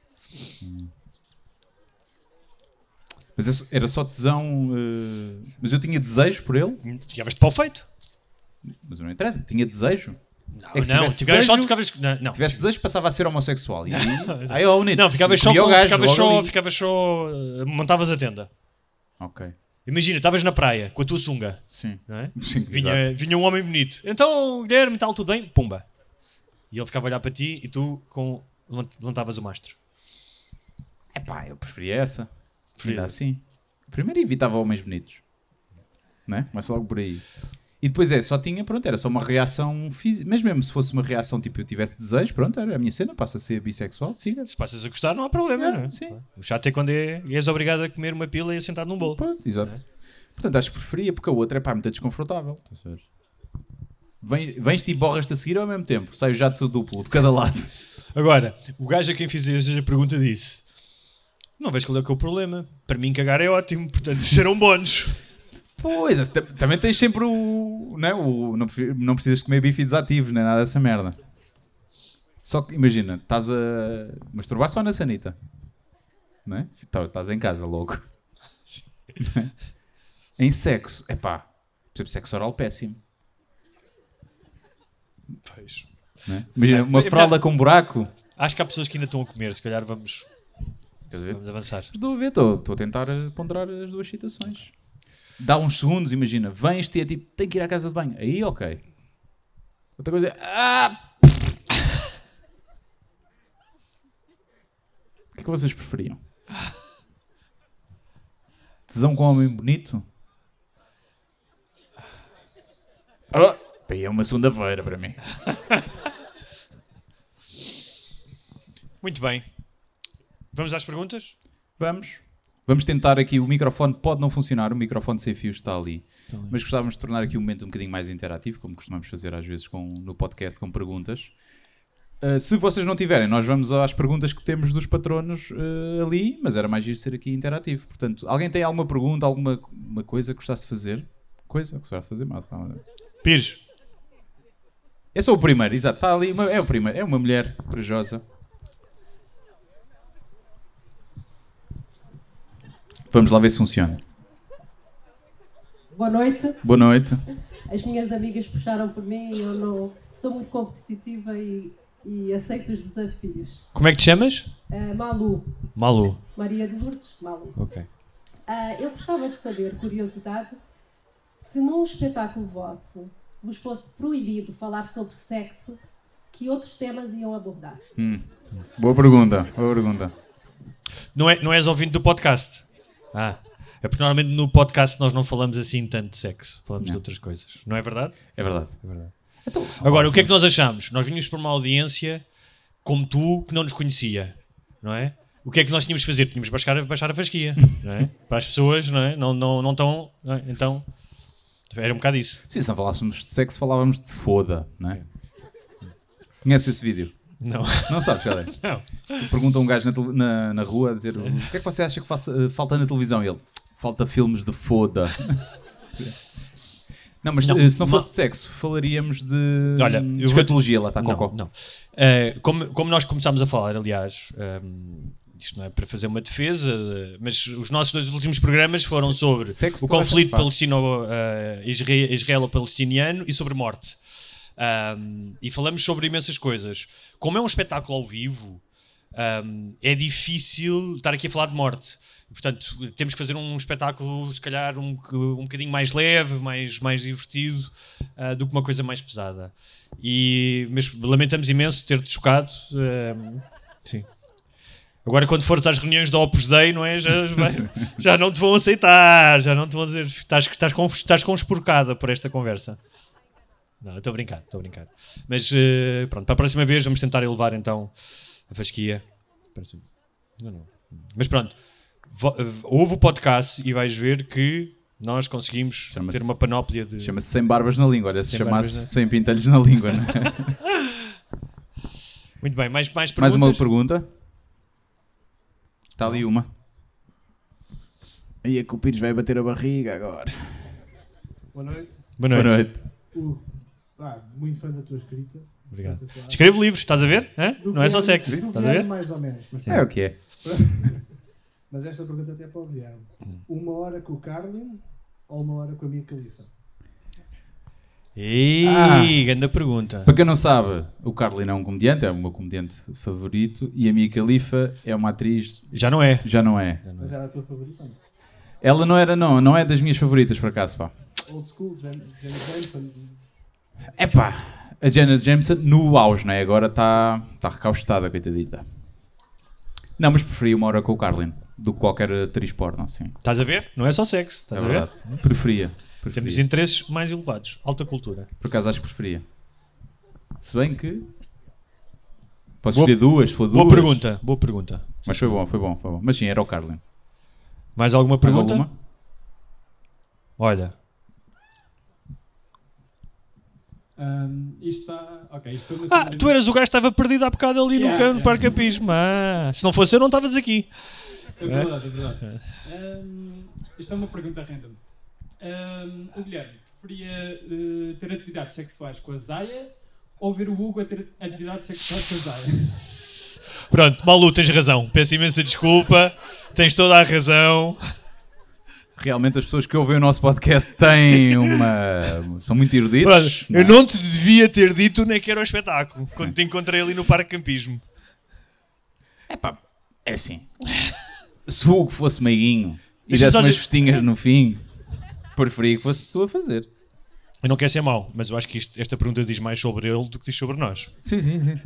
E: Mas era só tesão... Mas eu tinha desejo por ele?
D: Ficavas de pau feito?
E: Mas não interessa. Tinha desejo?
D: Não,
E: É que se
D: não.
E: tivesse
D: Ficavas só...
E: desejo-
D: Ficavas... Não.
E: Se tivesse desejo, passava a ser homossexual. E aí eu own it.
D: Não, ficavas só...
E: Comia o gajo
D: Ficavas
E: logo
D: só...
E: ali.
D: Ficavas só... Montavas a tenda.
E: Ok.
D: Imagina, estavas na praia com a tua sunga,
E: Sim.
D: não é?
E: Sim, exato.
D: Vinha um homem bonito. Então, Guilherme, tal, tudo bem? Pumba. E ele ficava a olhar para ti e tu levantavas o mastro.
E: Epá, eu preferia essa.
D: Preferia.
E: Ainda assim. Primeiro evitava homens bonitos. Não é? Mas logo por aí. E depois só tinha, pronto, era só uma reação física. Mas mesmo se fosse uma reação, tipo, eu tivesse desejo, pronto, era a minha cena, passa a ser bissexual, siga.
D: Se passas a gostar, não há problema, não é?
E: Sim.
D: O chato é quando és obrigado a comer uma pila e a sentar num bolo.
E: Pronto, exato. Portanto, acho que preferia, porque a outra é pá, muito desconfortável. Vens-te e borras-te a seguir ao mesmo tempo. Sai o jato duplo, de cada lado.
D: Agora, o gajo a quem fizeste a pergunta disse: não vejo qual é que é o problema. Para mim cagar é ótimo, portanto serão bónus.
E: Pois, também tens sempre não precisas de comer bife desativos, nem nada dessa merda. Só que, imagina, estás a masturbar só na sanita. Não é? Estás em casa logo. Não é? Em sexo, epá, por exemplo, sexo oral péssimo.
D: Pois.
E: Não é? Imagina, uma fralda com buraco.
D: Acho que há pessoas que ainda estão a comer, se calhar vamos
E: Quer dizer,
D: avançar.
E: estou a ver, estou a tentar ponderar as duas situações. Dá uns segundos, imagina, vens-te e é tipo, tem que ir à casa de banho. Aí, ok. Outra coisa é... O que é que vocês preferiam? Tesão com um homem bonito? É uma segunda-feira para mim.
D: Muito bem. Vamos às perguntas?
E: Vamos tentar aqui, o microfone pode não funcionar, o microfone sem fios está ali, mas gostávamos de tornar aqui o momento um bocadinho mais interativo, como costumamos fazer às vezes no podcast com perguntas. Se vocês não tiverem, nós vamos às perguntas que temos dos patronos ali, mas era mais giro ser aqui interativo. Portanto, alguém tem alguma pergunta, alguma coisa que gostasse de fazer? Coisa que gostasse de fazer? Mal.
D: Pires.
E: É só o primeiro, exato, está ali, é o primeiro, é uma mulher corajosa. Vamos lá ver se funciona.
F: Boa noite.
E: Boa noite.
F: As minhas amigas puxaram por mim e eu não sou muito competitiva e aceito os desafios.
D: Como é que te chamas?
F: Malu.
D: Malu.
F: Maria de Lourdes, Malu.
D: Ok.
F: Eu gostava de saber, curiosidade, se num espetáculo vosso vos fosse proibido falar sobre sexo, que outros temas iam abordar?
E: Boa pergunta.
D: Não és ouvinte do podcast? É porque normalmente no podcast nós não falamos assim tanto de sexo. Falamos de outras coisas. Não é verdade?
E: É verdade. Então,
D: Agora, o que é que nós achamos? Nós vínhamos para uma audiência como tu, que não nos conhecia. Não é? O que é que nós tínhamos de fazer? Tínhamos de baixar a fasquia. Não é? Para as pessoas, não é? Não estão... Não é? Então, era um bocado isso.
E: Sim, se não falássemos de sexo, falávamos de foda, não é? Conhece esse vídeo?
D: Não.
E: Não sabes, cara?
D: Não.
E: Pergunta um gajo na rua a dizer o que é que você acha que falta na televisão? E ele, falta filmes de foda. Não, mas se não fosse de sexo, falaríamos de escatologia, lá está, cocó.
D: Não. Como nós começámos a falar, aliás, isto não é para fazer uma defesa, mas os nossos 2 últimos programas foram sobre
E: sexo
D: o conflito israelo-palestiniano e sobre morte. E falamos sobre imensas coisas. Como é um espetáculo ao vivo, é difícil estar aqui a falar de morte. Portanto, temos que fazer um espetáculo, se calhar, um bocadinho mais leve, mais divertido, do que uma coisa mais pesada. Mas lamentamos imenso ter-te chocado. Sim. Agora, quando fores às reuniões da Opus Dei, não é? Já não te vão aceitar, já não te vão dizer. Estás conspurcada por esta conversa. Não, estou a brincar. Mas pronto, para a próxima vez vamos tentar elevar então a fasquia. Não. Mas pronto, ouve o podcast e vais ver que nós conseguimos ter uma panóplia de...
E: Chama-se Sem Barbas na Língua. Olha, se chamasse Sem Pintelhos na Língua, não é?
D: Muito bem, mais perguntas?
E: Mais uma pergunta. Está ali uma. Aí é que o Pires vai bater a barriga agora.
G: Boa noite.
D: Boa noite.
G: Muito fã da tua escrita.
D: Obrigado. Escrevo livros, estás a ver? Não é só sexo,
G: Do
D: estás a ver?
G: mais ou menos. Mas,
E: É o que é.
G: mas esta pergunta até é para o Guilherme. 1 hora com o Carlin ou 1 hora com a Mia Khalifa?
D: Grande pergunta.
E: Para quem não sabe, o Carlin é um comediante, é o meu comediante favorito, e a Mia Khalifa é uma atriz...
D: Já não é.
G: Mas era a tua favorita? Não?
E: Ela não é das minhas favoritas, por acaso, pá.
G: Old School, James Jameson.
E: É pá, a Janet Jameson no auge, não é? Agora está recaustada, coitadita. Não, mas preferia 1 hora com o Carlin do que qualquer atriz porno, assim.
D: Estás a ver? Não é só sexo, estás a ver?
E: Verdade. Preferia.
D: Temos interesses mais elevados. Alta cultura.
E: Por acaso acho que preferia. Se bem que... Posso escolher 2, se for 2.
D: Boa pergunta.
E: Mas foi bom. Mas sim, era o Carlin.
D: Mais alguma pergunta?
E: Mais alguma?
D: Olha.
H: Isto está... Ok, isto foi uma
D: Tu eras o gajo que estava perdido há bocado ali no Parque Campismo. Se não fosse eu, não estavas aqui.
H: É verdade. Isto é uma pergunta random. O Guilherme preferia ter atividades sexuais com a Zaya ou ver o Hugo a ter atividades sexuais com a Zaya?
D: Pronto, Malu, tens razão. Peço imensa desculpa. Tens toda a razão.
E: Realmente as pessoas que ouvem o nosso podcast têm são muito eruditos.
D: Eu não te devia ter dito nem que era o espetáculo. Quando te encontrei ali no Parque Campismo.
E: É assim. Se o Hugo fosse meiguinho e desse umas festinhas no fim, preferia que fosse tu a fazer.
D: Eu não quero ser mau, mas eu acho que esta pergunta diz mais sobre ele do que diz sobre nós.
E: Sim.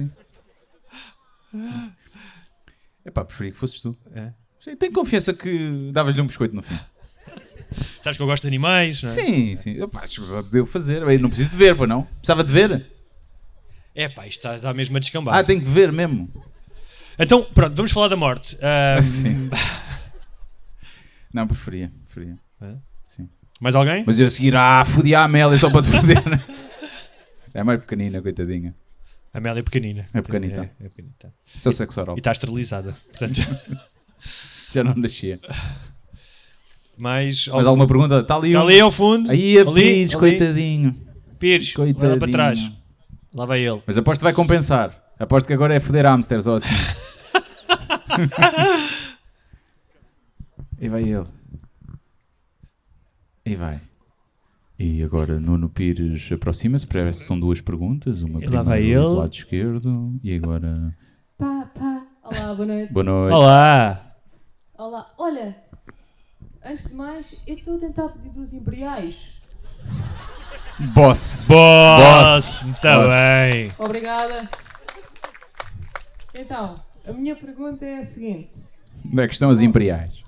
E: Preferia que fosses tu. Sim, tenho confiança que davas-lhe um biscoito no fim.
D: Sabes que eu gosto de animais, não é?
E: Sim. Precisava de eu fazer. Eu não preciso de ver, pois não? Precisava de ver?
D: Isto está mesmo a descambar.
E: Tem que ver mesmo.
D: Então, pronto, vamos falar da morte.
E: Sim. Não, preferia. Sim.
D: Mais alguém?
E: Mas eu a seguir, fodi a Amélia só para te foder. É mais pequenina, coitadinha.
D: A Amélia é pequenina.
E: É pequenita.
D: É pequenita.
E: Isso é o sexo oral.
D: E está esterilizada. Portanto...
E: Já não nascia.
D: Mais
E: alguma pergunta? Está ali
D: ao fundo.
E: Aí a Pires, coitadinho.
D: Pires, vai lá para trás. Lá vai ele.
E: Mas aposto que vai compensar. Aposto que agora é foder hamsters ou assim. E vai ele. E vai. E agora Nuno Pires aproxima-se. Parece que são 2 perguntas. Uma primeira do lado esquerdo. E agora...
F: Olá, boa noite.
E: Boa noite.
F: Olá. Olha, antes de mais, eu estou a tentar pedir 2 imperiais.
E: Boss.
D: Muito bem.
F: Obrigada. Então, a minha pergunta é a seguinte.
E: Onde é que estão as imperiais?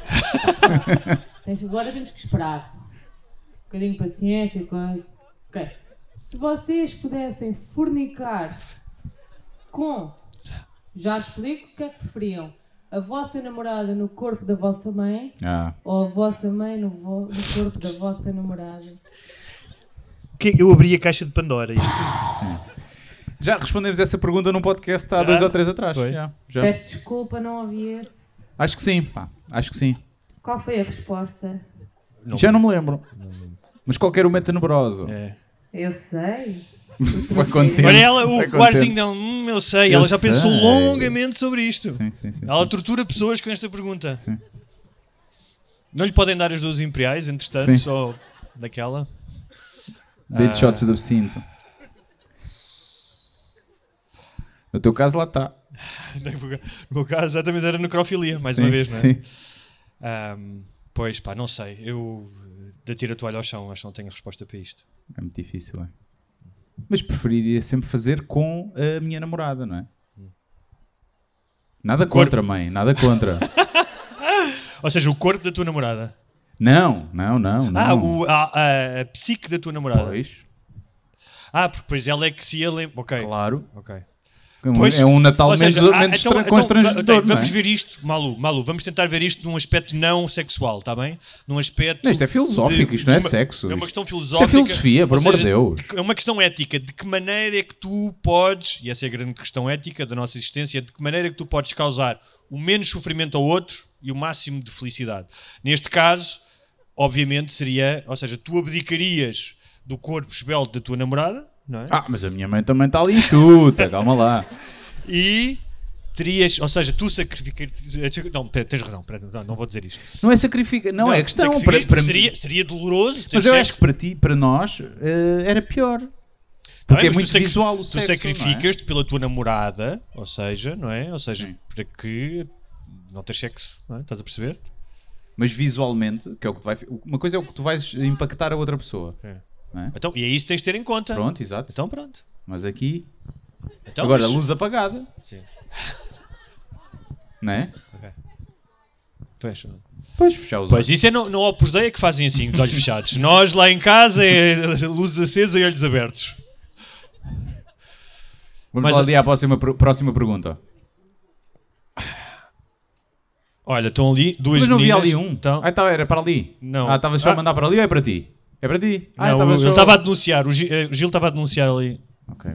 F: Agora temos que esperar. Um bocadinho de paciência e coisa. Ok. Se vocês pudessem fornicar com... Já explico o que é que preferiam. A vossa namorada no corpo da vossa mãe ou a vossa mãe no corpo da vossa namorada?
D: Eu abri a caixa de Pandora.
E: Sim. Já respondemos essa pergunta num podcast há 2 ou 3 atrás. Já.
F: Peço desculpa, não ouvi esse.
E: Acho que sim, pá. Acho que sim.
F: Qual foi a resposta?
E: Já não me lembro. Mas qualquer uma é tenebrosa.
F: Eu sei.
E: Vai contente.
D: Olha ela,
E: vai
D: o arzinho
E: contente.
D: dela, eu sei,
E: Eu
D: ela já pensou
E: sei.
D: longamente sobre isto.
E: Sim.
D: Ela tortura pessoas com esta pergunta.
E: Sim.
D: Não lhe podem dar as duas imperiais, entretanto,
E: Sim.
D: só daquela.
E: Dead shots de absinto. No teu caso, lá está.
D: No meu caso, exatamente era necrofilia, mais uma vez, não é?
E: Sim.
D: Pois pá, não sei. Eu atiro a toalha ao chão, acho que não tenho resposta para isto.
E: É muito difícil, é? Mas preferiria sempre fazer com a minha namorada, não é? Nada contra, mãe. Nada contra.
D: Ou seja, o corpo da tua namorada.
E: Não.
D: A psique da tua namorada.
E: Pois,
D: Porque depois ela é que se ia lembrar. Ok.
E: claro.
D: Ok.
E: É um Natal
D: Ou seja,
E: menos constrangedor, não é?
D: vamos ver isto, Malu, vamos tentar ver isto num aspecto não sexual, está bem? Num aspecto.
E: Não, isto é filosófico, isto não é sexo.
D: É uma questão filosófica.
E: Isto é filosofia, por
D: ou
E: amor de
D: seja,
E: Deus.
D: É uma questão ética. De que maneira é que tu podes, e essa é a grande questão ética da nossa existência, de que maneira é que tu podes causar o menos sofrimento ao outro e o máximo de felicidade? Neste caso, obviamente, seria, ou seja, tu abdicarias do corpo esbelto da tua namorada, não é?
E: Mas a minha mãe também está ali enxuta, calma lá.
D: E terias, ou seja, tu sacrificarias. Não, tens razão, não vou dizer isto.
E: Não é sacrificar, não é questão.
D: Seria doloroso.
E: Mas eu acho que para ti, para nós, era pior. Porque é muito visual o sexo.
D: Tu sacrificas-te pela tua namorada, ou seja, não é? Ou seja,
E: Sim.
D: para que não tens sexo, não é? Estás a perceber?
E: Mas visualmente, que é o que tu vai. Uma coisa é o que tu vais impactar a outra pessoa.
D: É.
E: Não é?
D: Então, e é isso que tens de ter em conta.
E: Pronto, exato.
D: Então pronto.
E: Mas aqui.
D: Então,
E: Agora,
D: mas-
E: luz apagada.
D: Sim.
E: Não é?
D: Ok. Fecha.
E: Pois, fechar os
D: Pois,
E: olhos.
D: isso é no Opus Dei é que fazem assim, de olhos fechados. Nós lá em casa é luzes acesas e olhos abertos.
E: Vamos
D: Mas-
E: lá ali à próxima pergunta.
D: Olha, estão ali duas
E: Mas não vi
D: meninas.
E: ali um.
D: Então,
E: Era para ali.
D: Não.
E: Estavas só a mandar para ali ou é para ti? É para ti?
D: não,
E: estavas
D: ele
E: só-
D: estava a denunciar, o Gil estava a denunciar ali.
E: Ok.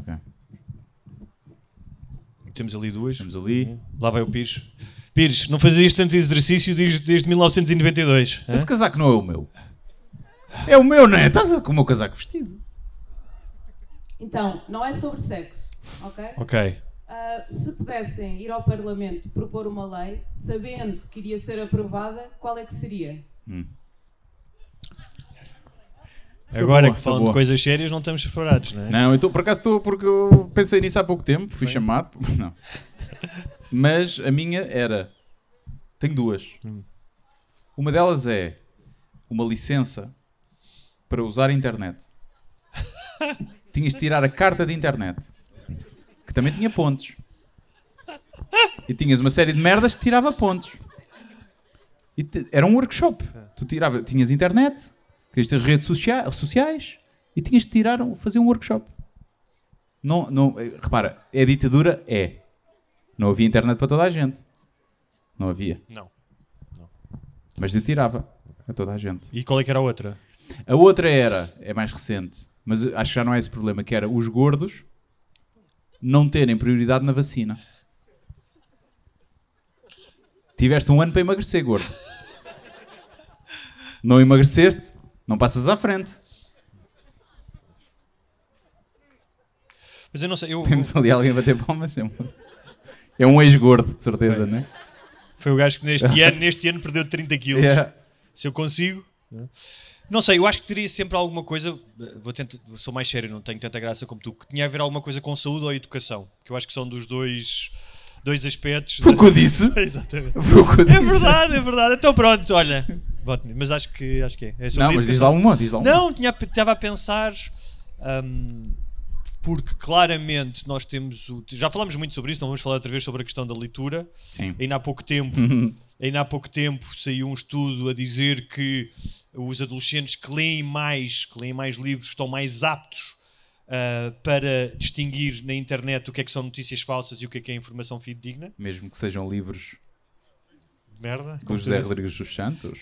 D: Temos ali duas.
E: Estamos ali.
D: Lá vai o Pires. Pires, não fazias tanto exercício desde 1992. hã?
E: Esse casaco não é o meu. É o meu, não é? Estás com o meu casaco vestido.
F: Então, não é sobre sexo, ok?
D: Ok.
F: Se pudessem ir ao Parlamento propor uma lei, sabendo que iria ser aprovada, qual é que seria?
D: Agora
E: boa,
D: que
E: sou
D: falam de
E: boa.
D: coisas sérias, não estamos preparados, não é?
E: Não, eu por acaso estou porque eu pensei nisso há pouco tempo, fui chamado. Não. Mas a minha era. Tenho duas. Uma delas é uma licença para usar a internet. Tinhas de tirar a carta de internet, que também tinha pontos. E tinhas uma série de merdas que tirava pontos. Era um workshop. Tu tinhas internet, querias ter redes sociais e tinhas de fazer um workshop. Não, repara, é ditadura? É. Não havia internet para toda a gente. Não havia.
D: Não.
E: Mas eu tirava a toda a gente.
D: E qual é que era a outra?
E: A outra é mais recente, mas acho que já não é esse problema, que era os gordos não terem prioridade na vacina. Tiveste um ano para emagrecer, gordo. Não emagreceste, não passas à frente.
D: Mas eu não sei,
E: Temos ali alguém a bater palmas. É um ex-gordo, de certeza, não é?
D: foi o gajo que neste ano perdeu 30 quilos.
E: Yeah.
D: Se eu consigo. Não sei, eu acho que teria sempre alguma coisa. Sou mais sério, não tenho tanta graça como tu. Que tinha a ver alguma coisa com saúde ou educação. Que eu acho que são dos dois aspectos.
E: Foi o que eu disse.
D: Exatamente.
E: Foi o que eu disse.
D: É verdade. Então pronto, olha. Mas acho que é sobre
E: Não, mas diz
D: educação.
E: lá uma.
D: Não, estava a pensar. Porque claramente nós temos. Já falámos muito sobre isso, não vamos falar outra vez sobre a questão da leitura.
E: Sim.
D: Ainda há pouco tempo saiu um estudo a dizer que os adolescentes que leem mais livros estão mais aptos para distinguir na internet o que é que são notícias falsas e o que é informação fidedigna.
E: Mesmo que sejam livros
D: Merda.
E: do José Rodrigues dos Santos.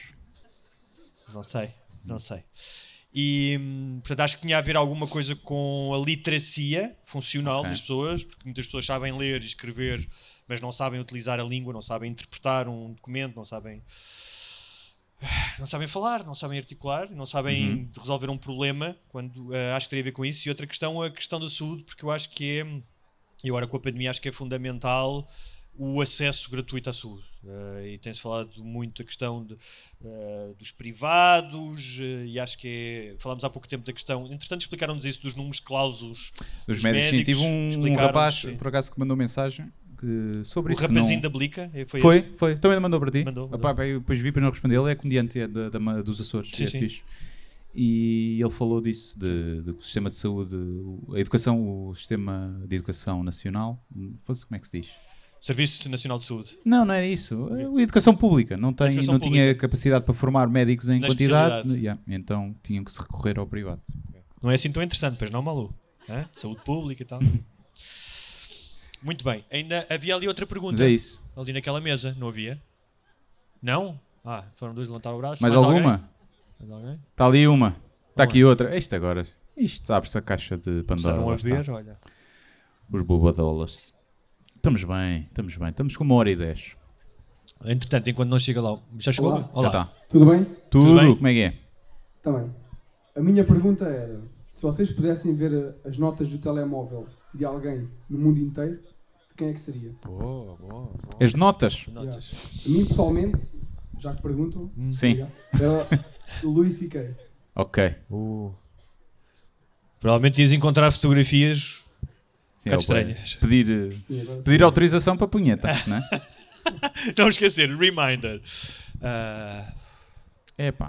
D: Não sei. E, portanto, acho que tinha a ver alguma coisa com a literacia funcional
E: Ok.
D: das pessoas, porque muitas pessoas sabem ler e escrever, mas não sabem utilizar a língua, não sabem interpretar um documento, não sabem... Não sabem falar, não sabem articular, não sabem resolver um problema, quando acho que tem a ver com isso. E outra questão, a questão da saúde, porque eu acho que é, e agora com a pandemia acho que é fundamental o acesso gratuito à saúde. E tem-se falado muito da questão dos privados, e acho que falámos há pouco tempo da questão, entretanto explicaram-nos isso dos números clausos
E: Dos médicos. Sim, tive um rapaz,
D: sim,
E: por acaso, que mandou mensagem sobre
D: o
E: isso.
D: rapazinho da Blica,
E: Foi. Também mandou para ti.
D: Mandou.
E: Eu depois vi para não responder. Ele é comediante dos Açores.
D: Sim,
E: é
D: sim.
E: fixe. E ele falou disso, do sistema de saúde, a educação, o sistema de educação nacional. Como é que se diz?
D: Serviço Nacional de Saúde.
E: Não era isso. A educação pública. Não tinha capacidade para formar médicos em
D: Na
E: quantidade. Então tinham que se recorrer ao privado.
D: Não é assim tão interessante, pois não, Malu? Saúde pública e tal. Muito bem. Ainda havia ali outra pergunta.
E: Mas é isso.
D: Ali naquela mesa, não havia? Não? Foram dois levantar o braço.
E: Mais alguma?
D: Mais alguém?
E: Está ali uma. Está aqui outra. Isto abre-se a caixa de Pandora.
D: Estão a ver, olha.
E: Os bobadolas. Estamos bem. Estamos com 1h10.
D: Entretanto, enquanto não chega lá... Já chegou?
G: Olá.
D: Olá.
E: Já está.
G: Tudo bem?
E: Tudo
D: bem?
E: Como é que é?
G: Também. A minha pergunta era, se vocês pudessem ver as notas do telemóvel de alguém no mundo inteiro, de quem é que seria?
D: Boa.
E: As notas?
D: Notas.
G: A mim, pessoalmente, já que perguntam,
E: Sim.
G: era o Luís C.K.
E: Ok.
D: Provavelmente ias encontrar fotografias
E: Sim,
D: estranhas.
E: Pedir autorização para punheta, não é?
D: Não esquecer, reminder.
E: Epá.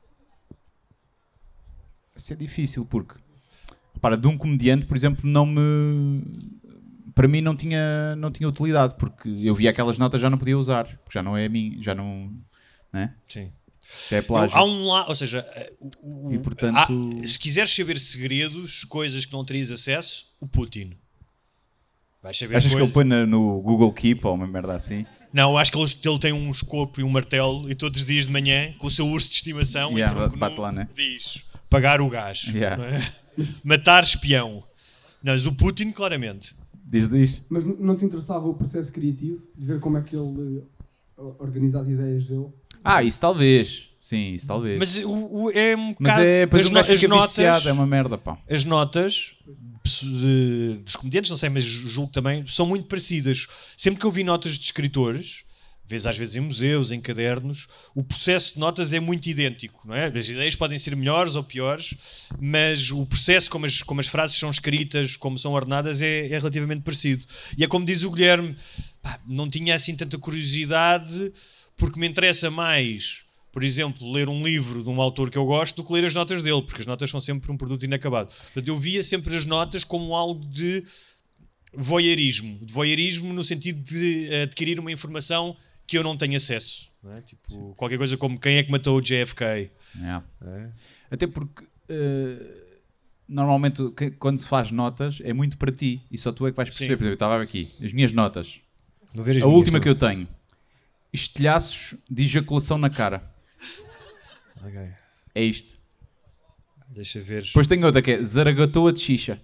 E: Isso é difícil porque... Repara, de um comediante, por exemplo, para mim não tinha utilidade, porque eu via aquelas notas já não podia usar, porque já não é a mim, já não... Né?
D: Sim.
E: Já é plágio.
D: Há um lado, ou seja,
E: E, portanto...
D: se quiseres saber segredos, coisas que não terias acesso, o Putin. Vais saber
E: Achas que
D: coisas...
E: ele põe no Google Keep ou uma merda assim?
D: Não, acho que ele tem um escopo e um martelo e todos os dias de manhã, com o seu urso de estimação, em tronco
E: bate
D: nu,
E: lá, né?
D: diz pagar o gás.
E: Yeah.
D: Não é? Matar espião. Não, mas o Putin, claramente.
E: Diz.
G: Mas não te interessava o processo criativo? De ver como é que ele organiza as ideias dele?
E: Isso talvez. Sim, isso talvez.
D: Mas é um
E: Mas
D: bocado...
E: depois o gajo fica
D: notas,
E: viciado, é uma merda, pá.
D: As notas dos comediantes, não sei, mas julgo também, são muito parecidas. Sempre que eu vi notas de escritores, às vezes em museus, em cadernos, o processo de notas é muito idêntico, não é? As ideias podem ser melhores ou piores, mas o processo, como as frases são escritas, como são ordenadas, é relativamente parecido. E é como diz o Guilherme, não tinha assim tanta curiosidade, porque me interessa mais, por exemplo, ler um livro de um autor que eu gosto do que ler as notas dele, porque as notas são sempre um produto inacabado. Portanto, eu via sempre as notas como algo de voyeurismo no sentido de adquirir uma informação que eu não tenho acesso. Não é? Tipo, qualquer coisa como quem é que matou o JFK.
E: Até porque normalmente quando se faz notas é muito para ti e só tu é que vais perceber.
D: Sim.
E: Por exemplo, eu estava aqui, as minhas notas.
D: Vou ver as
E: A
D: minhas,
E: última
D: não.
E: que eu tenho: estilhaços de ejaculação na cara.
D: Ok.
E: É isto.
D: Deixa ver.
E: Depois tenho outra que é Zaragatoa de xixa.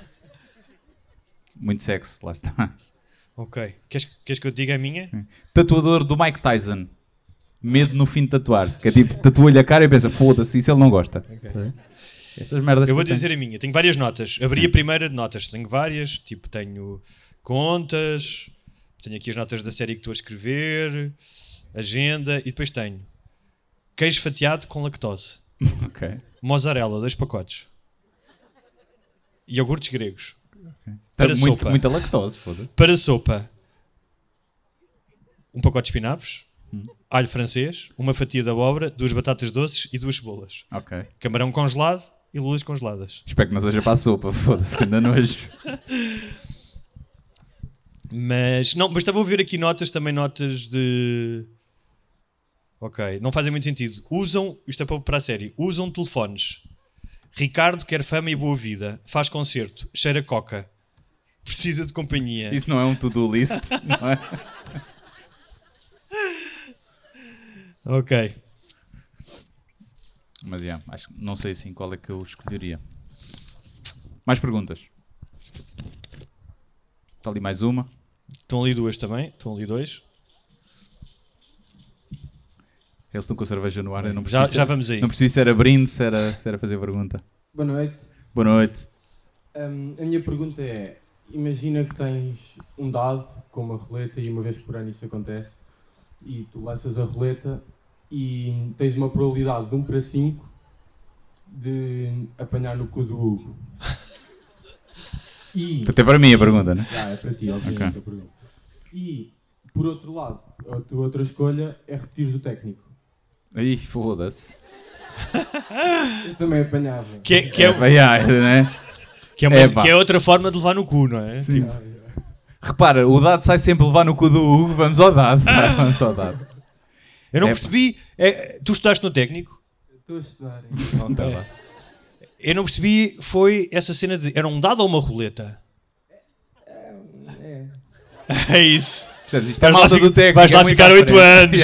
E: Muito sexy, lá está.
D: Ok. Queres que eu te diga a minha?
E: Tatuador do Mike Tyson. Medo no fim de tatuar. Que é tipo, tatua-lhe a cara e pensa, foda-se, isso ele não gosta.
D: Okay.
E: Estas merdas
D: Eu vou
E: que eu
D: dizer a minha. Tenho várias notas. Abri a primeira de notas. Tenho várias. Tipo, tenho contas. Tenho aqui as notas da série que estou a escrever. Agenda. E depois tenho queijo fatiado com lactose.
E: Ok.
D: Mozzarella, 2 pacotes. Iogurtes gregos. Para sopa.
E: Muita lactose, foda-se.
D: Para sopa, um pacote de espinafres, alho francês, uma fatia de abóbora, 2 batatas doces e 2 cebolas.
E: Ok.
D: Camarão congelado e lulas congeladas.
E: Espero que não seja para a sopa, foda-se, que anda nojo.
D: Mas estava a ver aqui notas, também notas de... Ok, não fazem muito sentido. Isto é para a série, usam telefones. Ricardo quer fama e boa vida. Faz concerto. Cheira coca. Precisa de companhia.
E: Isso não é um to-do list, não é?
D: Ok.
E: Mas acho que não sei assim qual é que eu escolheria. Mais perguntas? Está ali mais uma.
D: Estão ali 2 também. Estão ali 2.
E: Eles estão com a cerveja no ar, eu não percebi.
D: Já vamos aí.
E: Não percebi se era brinde, se era fazer pergunta.
I: Boa noite.
E: Boa noite.
I: A minha pergunta é, imagina que tens um dado com uma roleta e uma vez por ano isso acontece e tu lanças a roleta e tens uma probabilidade de 1 para 5 de apanhar no cu do Hugo. E...
E: Até para mim a pergunta, né?
I: É para ti, obviamente, a pergunta. E, por outro lado, a tua outra escolha é repetires o técnico.
E: Ih, foda-se.
I: Eu também apanhava.
D: Que é outra forma de levar no cu, não é?
E: Sim. Repara, o dado sai sempre levar no cu do Hugo, vamos ao dado. Vamos ao dado.
D: Eu não percebi. Tu estudaste no técnico?
I: Estou a estudar.
E: Não, tá lá.
D: Eu não percebi, foi essa cena de... Era um dado ou uma roleta? É isso.
E: Percebes? Isto é malta do técnico.
D: Vais lá ficar 8 anos.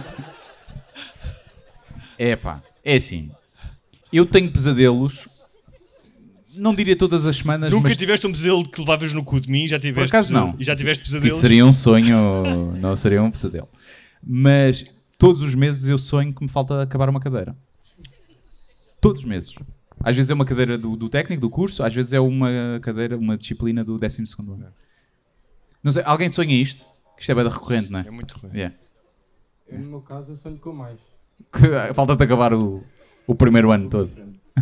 E: É assim. Eu tenho pesadelos, não diria todas as semanas,
D: Nunca
E: mas...
D: tiveste um pesadelo que levavas no cu de mim? Já tiveste,
E: Por acaso não.
D: E já tiveste pesadelos?
E: Isso seria um sonho, não seria um pesadelo. Mas todos os meses eu sonho que me falta acabar uma cadeira. Todos os meses. Às vezes é uma cadeira do técnico, do curso, às vezes é uma cadeira, uma disciplina do 12º ano. Não sei, alguém sonha isto? Que isto é bem recorrente, não é?
D: É muito recorrente.
E: Yeah.
I: Eu, no meu caso, eu sonho com mais.
E: Falta-te acabar o primeiro ano todo.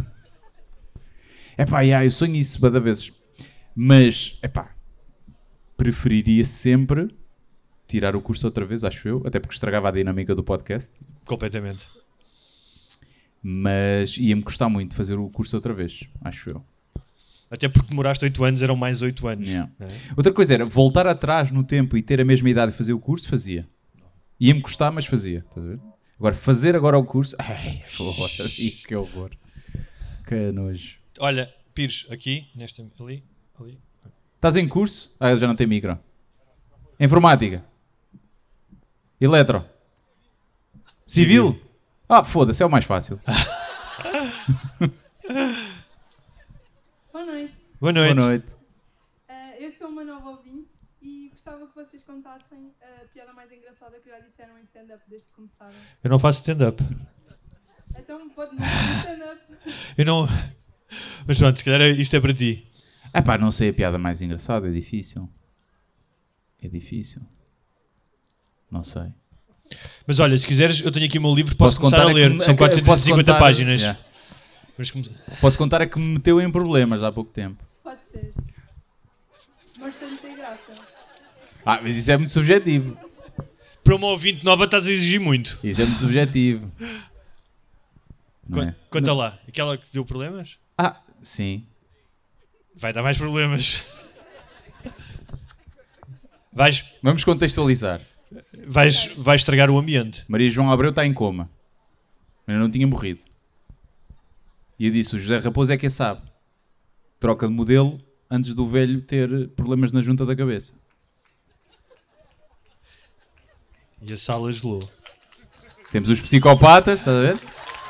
E: Eu sonho isso cada vezes. Mas, preferiria sempre tirar o curso outra vez, acho eu, até porque estragava a dinâmica do podcast.
D: Completamente.
E: Mas ia-me custar muito fazer o curso outra vez, acho eu.
D: Até porque demoraste 8 anos, eram mais 8 anos.
E: Yeah.
D: É?
E: Outra coisa era voltar atrás no tempo e ter a mesma idade e fazer o curso, fazia. Ia-me custar, mas fazia. Estás a ver? Agora, fazer agora o curso... Ai, foda-se, que horror. Que nojo.
D: Olha, Pires, aqui, ali.
E: Estás em curso? Ah, ele já não tem micro. Informática. Eletro. Civil? Ah, foda-se, é o mais fácil.
J: Boa noite.
D: Boa noite.
E: Boa noite.
J: Eu sou uma nova ouvinte e gostava que vocês contassem a piada mais engraçada que já disseram em stand-up desde que começaram.
D: Eu não faço stand-up.
J: Então pode-me fazer stand-up.
D: Eu não... Mas pronto, se calhar isto é para ti.
E: Não sei a piada mais engraçada, é difícil. Não sei.
D: Mas olha, se quiseres, eu tenho aqui o meu livro, posso começar
E: contar
D: a ler. São 450 páginas.
E: Yeah. Posso contar que me meteu em problemas há pouco tempo.
J: Pode ser. Mas tem muita graça.
E: Mas isso é muito subjetivo.
D: Para uma ouvinte nova estás a exigir muito.
E: Isso é muito subjetivo.
D: Conta lá. Aquela que deu problemas?
E: Sim.
D: Vai dar mais problemas.
E: Vamos contextualizar.
D: Vais estragar o ambiente.
E: Maria João Abreu está em coma. Mas não tinha morrido. E eu disse, o José Raposo é que sabe. Troca de modelo antes do velho ter problemas na junta da cabeça.
D: E a sala gelou.
E: Temos os psicopatas, estás a ver?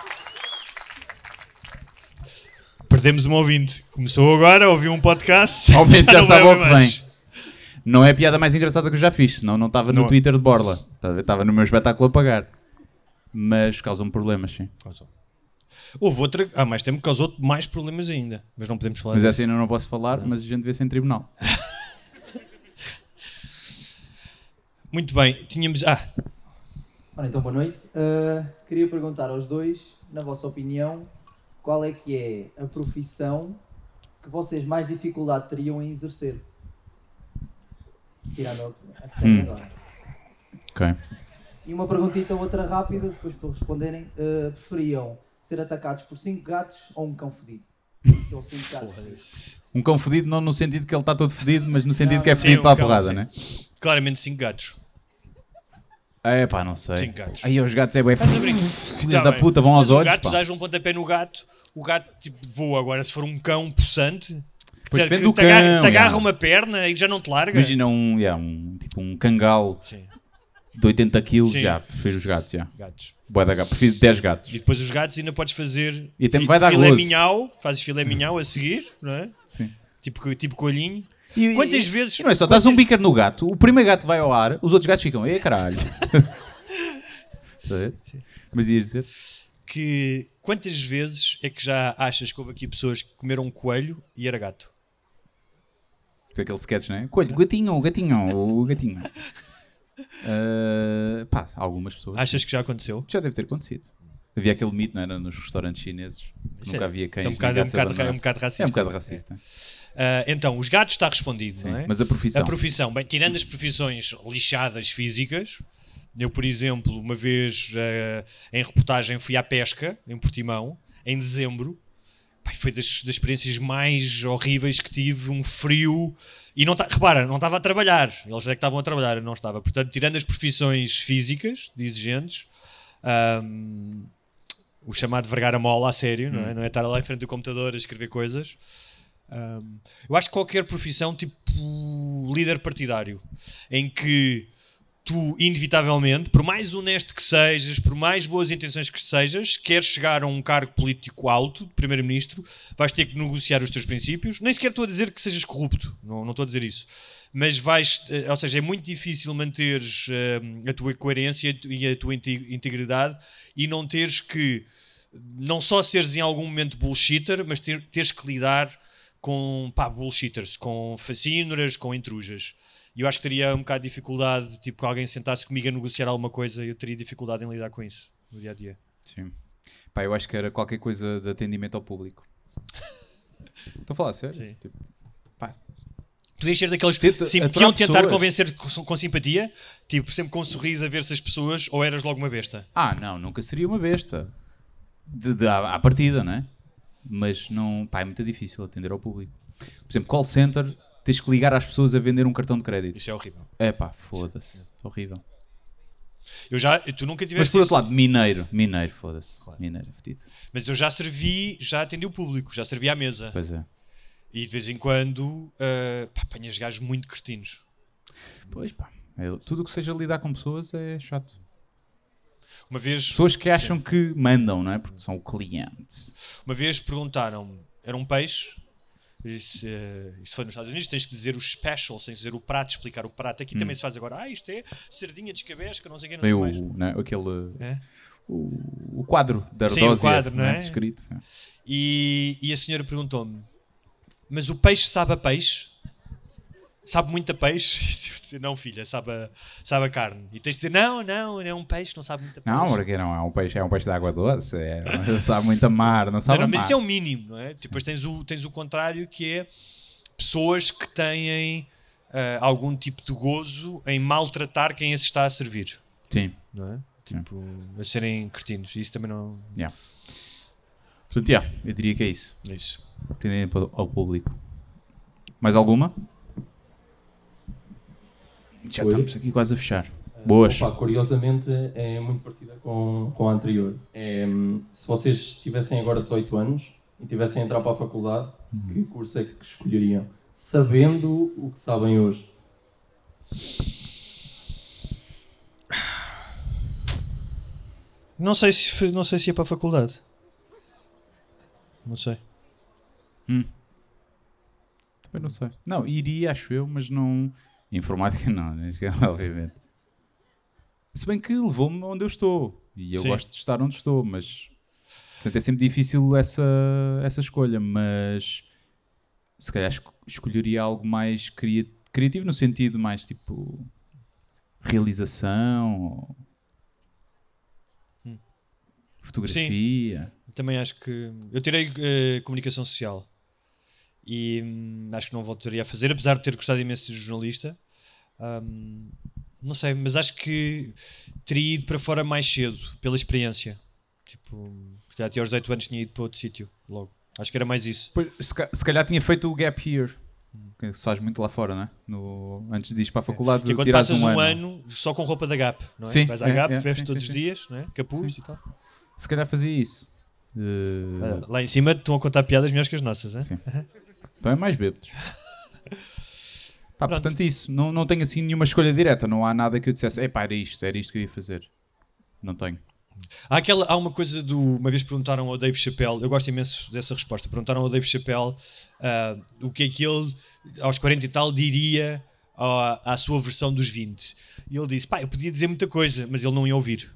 D: Perdemos uma ouvinte. Começou agora a ouvir um podcast.
E: Ao menos já sabe o que
D: mais.
E: vem. Não é a piada mais engraçada que eu já fiz, senão não estava no Twitter de Borla. Estava no meu espetáculo a pagar. Mas causam problemas, sim.
D: Houve outra há mais tempo que causou mais problemas ainda. Mas não podemos falar
E: Mas
D: disso.
E: essa ainda não posso falar, mas a gente vê-se em tribunal.
D: Muito bem. Tínhamos...
K: Ora, então, boa noite. Queria perguntar aos dois, na vossa opinião, qual é que é a profissão que vocês mais dificuldade teriam em exercer? Tirando a que tem agora.
E: Ok.
K: E uma perguntita outra rápida, depois para responderem. Preferiam ser atacados por 5 gatos ou um cão fedido? Isso ou 5 gatos.
E: Um cão fedido não no sentido que ele está todo fedido, mas no sentido que é fedido para a porrada, né?
D: Claramente 5 gatos.
E: Não sei.
D: 5 gatos.
E: Aí os gatos é bem... Filhas da
D: bem.
E: puta, vão aos
D: Mas
E: olhos,
D: o gato, dás um pontapé no gato, o gato tipo, voa. Agora, se for um cão possante...
E: Pois depende do
D: te
E: cão,
D: agarra uma perna e já não te larga.
E: Imagina tipo um cangal de 80 kg,
D: Sim.
E: já, prefiro os gatos, já.
D: Gatos.
E: Bué da gato, prefiro 10 gatos.
D: E depois os gatos ainda podes fazer
E: E até me vai dar
D: filé
E: gozo.
D: minhau, fazes filé minhau a seguir, não é?
E: Sim.
D: Tipo coelhinho.
E: E,
D: Quantas vezes...
E: Não é só, dás um bicar no gato, o primeiro gato vai ao ar, os outros gatos ficam, caralho. Está a ver? Mas ias dizer?
D: Que quantas vezes é que já achas que houve aqui pessoas que comeram um coelho e era gato?
E: Tem aquele sketch, não é? Coelho, gatinho, o gatinho. Pá, algumas pessoas.
D: Achas que já aconteceu?
E: Já deve ter acontecido. Havia aquele mito, não era? Nos restaurantes chineses. Nunca havia cães.
D: É um bocado racista.
E: É um bocado racista.
D: Então, os gatos está respondido,
E: Sim,
D: não é?
E: mas a profissão?
D: A profissão, bem, tirando as profissões lixadas físicas, eu, por exemplo, uma vez em reportagem fui à pesca, em Portimão, em dezembro. Pai, foi das experiências mais horríveis que tive, um frio. E repara, não estava a trabalhar. Eles é que estavam a trabalhar, eu não estava. Portanto, tirando as profissões físicas, de exigentes, o chamado vergar a mola a sério, não é? Não é estar lá em frente do computador a escrever coisas. Eu acho que qualquer profissão, tipo líder partidário, em que tu, inevitavelmente, por mais honesto que sejas, por mais boas intenções que sejas, queres chegar a um cargo político alto, de primeiro-ministro, vais ter que negociar os teus princípios. Nem sequer estou a dizer que sejas corrupto, não estou a dizer isso. Mas ou seja, é muito difícil manteres a tua coerência e a tua integridade e não teres que, não só seres em algum momento bullshitter, mas teres que lidar com bullshitters, com facínoras, com intrujas. E eu acho que teria um bocado de dificuldade, tipo, que alguém sentasse comigo a negociar alguma coisa, eu teria dificuldade em lidar com isso no dia a dia.
E: Sim. Pá, eu acho que era qualquer coisa de atendimento ao público. Estou a falar sério?
D: Sim.
E: Tipo, pá.
D: Tu ias ser daqueles que iam tentar convencer com simpatia, tipo, sempre com um sorriso a ver se as pessoas, ou eras logo uma besta?
E: Não, nunca seria uma besta. À partida, não é? Mas não, pá, é muito difícil atender ao público. Por exemplo, call center, tens que ligar às pessoas a vender um cartão de crédito.
D: Isso é horrível.
E: É pá, foda-se. Horrível.
D: Tu nunca tiveste.
E: Mas por outro lado, mineiro, foda-se. Claro. Mineiro, fedido.
D: Mas eu já atendi o público, já servi à mesa.
E: Pois é.
D: E de vez em quando apanhas gajos muito cretinos.
E: Pois pá, tudo o que seja lidar com pessoas é chato.
D: Uma vez,
E: pessoas que acham que mandam, não é? Porque são clientes.
D: Uma vez perguntaram-me, era um peixe, isto foi nos Estados Unidos, tens que dizer o special, tens que dizer o prato, explicar o prato. Aqui também se faz agora, isto é sardinha de escabesca, não sei o que, não sei mais.
E: Aquele... O quadro da Ardósia.
D: Sim, o quadro, não é?
E: Escrito. É.
D: E a senhora perguntou-me, mas o peixe sabe a peixe? Sabe muito a peixe? Não, filha, sabe a carne. E tens de dizer, não, é um peixe, não sabe muito a peixe.
E: Não, porque não é um peixe de água doce, sabe muito a mar, não sabe a mar.
D: Mas isso é o mínimo, não é? Depois tens o contrário, que é pessoas que têm algum tipo de gozo em maltratar quem as está a servir.
E: Sim.
D: Não é? Tipo, a serem cretinos. Isso também não...
E: Yeah. Portanto, eu diria que é isso.
D: É isso.
E: Atendendo ao público. Mais alguma? Já estamos aqui quase a fechar. Boas.
L: Curiosamente é muito parecida com a anterior. Se vocês tivessem agora 18 anos e tivessem a entrar para a faculdade, que curso é que escolheriam? Sabendo o que sabem hoje.
D: Não sei se ia para a faculdade. Não sei.
E: Também não sei. Não, iria, acho eu, mas não... Informática não, obviamente. Se bem que levou-me onde eu estou. E eu gosto de estar onde estou, mas... Portanto, é sempre difícil essa escolha, mas... Se calhar escolheria algo mais criativo, no sentido mais, tipo... Realização... Fotografia...
D: Sim, também acho que... Eu tirei comunicação social. E acho que não voltaria a fazer, apesar de ter gostado imenso de ser jornalista. Não sei, mas acho que teria ido para fora mais cedo, pela experiência. Tipo, se calhar até aos 18 anos tinha ido para outro sítio, logo. Acho que era mais isso.
E: Pois, se calhar tinha feito o gap year, que se faz muito lá fora, não é? Antes de ir para a faculdade,
D: que é quando passas um ano só com roupa da Gap, não é?
E: Sim,
D: vais à Gap, vestes todos os dias, não é? Capuz e tal.
E: Se calhar fazia isso.
D: Lá em cima estão a contar piadas melhores que as nossas, hein?
E: Sim. Então é mais bêbados. Portanto, isso. Não tenho assim nenhuma escolha direta. Não há nada que eu dissesse, era isto que eu ia fazer. Não tenho.
D: Há uma coisa uma vez perguntaram ao Dave Chappelle, eu gosto imenso dessa resposta, perguntaram ao Dave Chappelle o que é que ele, aos 40 e tal, diria à sua versão dos 20. E ele disse, pá, eu podia dizer muita coisa, mas ele não ia ouvir.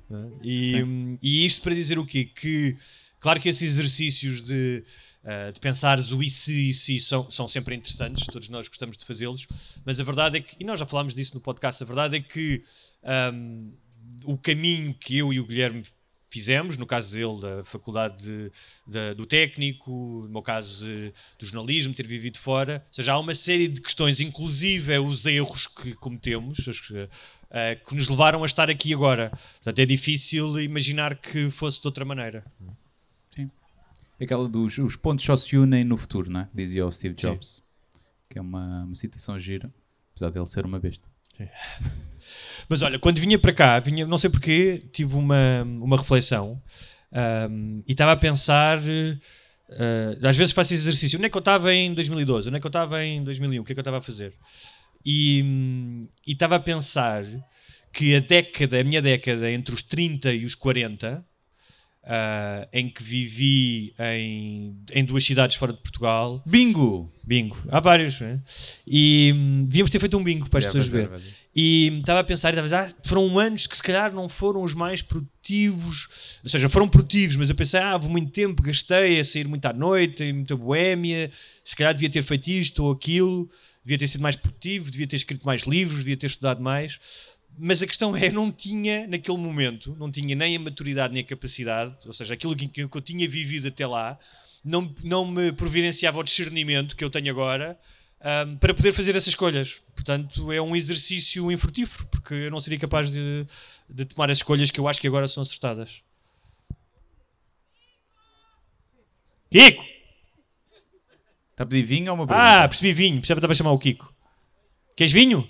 D: E isto para dizer o quê? Que, claro que esses exercícios de pensares o e se são sempre interessantes, todos nós gostamos de fazê-los, mas a verdade é que, e nós já falámos disso no podcast, a verdade é que o caminho que eu e o Guilherme fizemos, no caso dele da faculdade do técnico, no meu caso do jornalismo, ter vivido fora, ou seja, há uma série de questões, inclusive os erros que cometemos, que nos levaram a estar aqui agora. Portanto, é difícil imaginar que fosse de outra maneira.
E: Sim. Aquela dos os pontos só se unem no futuro, não é? Dizia o Steve Jobs. Sim. Que é uma citação gira, apesar dele ser uma besta.
D: Sim. Mas olha, quando vinha para cá, não sei porquê, tive uma reflexão e estava a pensar, às vezes faço esse exercício, onde é que eu estava em 2012, onde é que eu estava em 2001, o que é que eu estava a fazer? E estava a pensar que a minha década entre os 30 e os 40, em que vivi em 2 cidades fora de Portugal.
E: Bingo!
D: Há vários, né? E devíamos ter feito um bingo para as pessoas verem. E estava a pensar, foram anos que se calhar não foram os mais produtivos, ou seja, foram produtivos, mas eu pensei, houve muito tempo, gastei a sair muito à noite, muita boémia, se calhar devia ter feito isto ou aquilo, devia ter sido mais produtivo, devia ter escrito mais livros, devia ter estudado mais. Mas a questão é, não tinha naquele momento, não tinha nem a maturidade nem a capacidade, ou seja, aquilo que eu tinha vivido até lá, não me providenciava o discernimento que eu tenho agora para poder fazer essas escolhas. Portanto, é um exercício infrutífero, porque eu não seria capaz de tomar as escolhas que eu acho que agora são acertadas. Kiko!
E: Está a pedir vinho ou uma pergunta?
D: Percebi vinho, percebe que estava a chamar o Kiko. Queres vinho?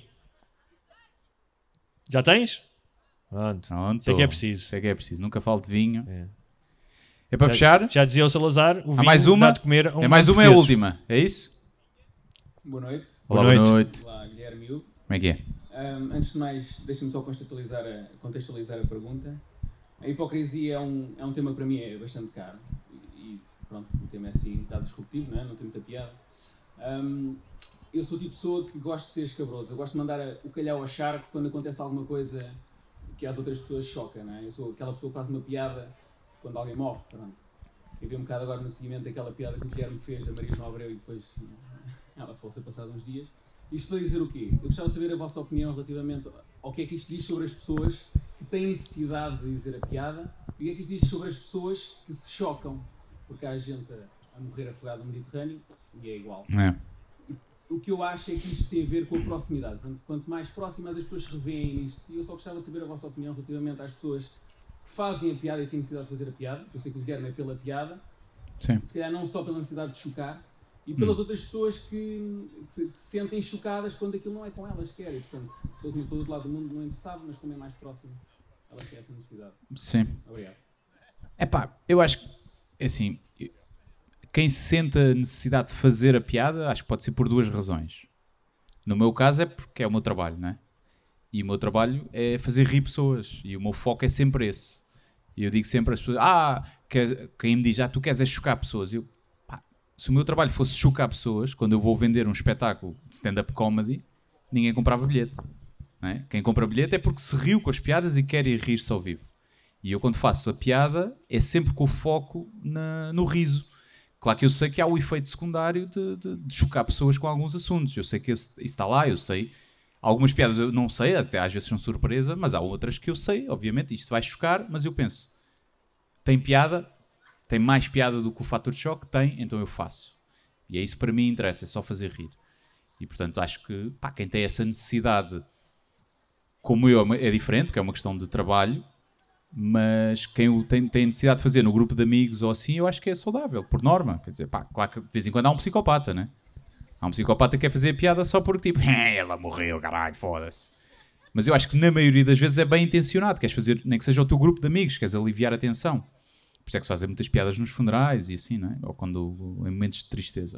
D: Já tens? Pronto. Isso é que é preciso.
E: Isso é que é preciso. Nunca falo de vinho. É para fechar?
D: Já dizia o Salazar, o vinho
E: mais uma?
D: dá de comer a
E: é mais uma, é a última. É isso?
G: Boa noite.
E: Olá, boa noite.
G: Olá, Guilherme Hugo.
E: Como é que é?
G: Antes de mais, deixem-me só contextualizar a pergunta. A hipocrisia é um tema que para mim é bastante caro. E pronto, o tema é assim um bocado disruptivo, não é? Não tem muita piada. Eu sou o tipo de pessoa que gosto de ser escabroso. Eu gosto de mandar o calhau ao charco quando acontece alguma coisa que às outras pessoas choca, não é? Eu sou aquela pessoa que faz uma piada quando alguém morre, pronto. Eu vi um bocado agora no seguimento daquela piada que o Guilherme fez da Maria João Abreu e depois ela foi-se passado uns dias. Isto para dizer o quê? Eu gostava de saber a vossa opinião relativamente ao que é que isto diz sobre as pessoas que têm necessidade de dizer a piada e o que é que isto diz sobre as pessoas que se chocam porque há gente a morrer afogada no Mediterrâneo e é igual. O que eu acho é que isto tem a ver com a proximidade. Portanto, quanto mais próximas as pessoas se revêem nisto, e eu só gostava de saber a vossa opinião relativamente às pessoas que fazem a piada e têm necessidade de fazer a piada. Eu sei que o Guilherme é pela piada,
E: sim.
G: Se calhar não só pela necessidade de chocar, e pelas outras pessoas que se sentem chocadas quando aquilo não é com elas que querem. Portanto, se fosse uma pessoa do outro lado do mundo, não interessava, mas como é mais próximo, elas têm essa necessidade.
E: Sim.
G: Obrigado.
E: Eu acho que, assim, quem sente a necessidade de fazer a piada, acho que pode ser por 2 razões. No meu caso é porque é o meu trabalho, não é? E o meu trabalho é fazer rir pessoas. E o meu foco é sempre esse. E eu digo sempre às pessoas, quem me diz, tu queres é chocar pessoas. Se o meu trabalho fosse chocar pessoas, quando eu vou vender um espetáculo de stand-up comedy, ninguém comprava bilhete. Não é? Quem compra bilhete é porque se riu com as piadas e quer ir rir-se ao vivo. E eu, quando faço a piada, é sempre com o foco no riso. Claro que eu sei que há o efeito secundário de chocar pessoas com alguns assuntos. Eu sei que isso está lá, eu sei. Algumas piadas eu não sei, até às vezes são surpresa, mas há outras que eu sei, obviamente, isto vai chocar, mas eu penso, tem piada, tem mais piada do que o fator de choque? Tem, então eu faço. E é isso para mim interessa, é só fazer rir. E portanto acho que quem tem essa necessidade, como eu, é diferente, porque é uma questão de trabalho, mas quem tem necessidade de fazer no grupo de amigos ou assim, eu acho que é saudável, por norma. Quer dizer, claro que de vez em quando há um psicopata, né? Há um psicopata que quer fazer a piada só porque tipo, ela morreu, caralho, foda-se. Mas eu acho que na maioria das vezes é bem intencionado, queres fazer, nem que seja o teu grupo de amigos, queres aliviar a tensão. Por isso é que se fazem muitas piadas nos funerais e assim, não é? Ou em momentos de tristeza.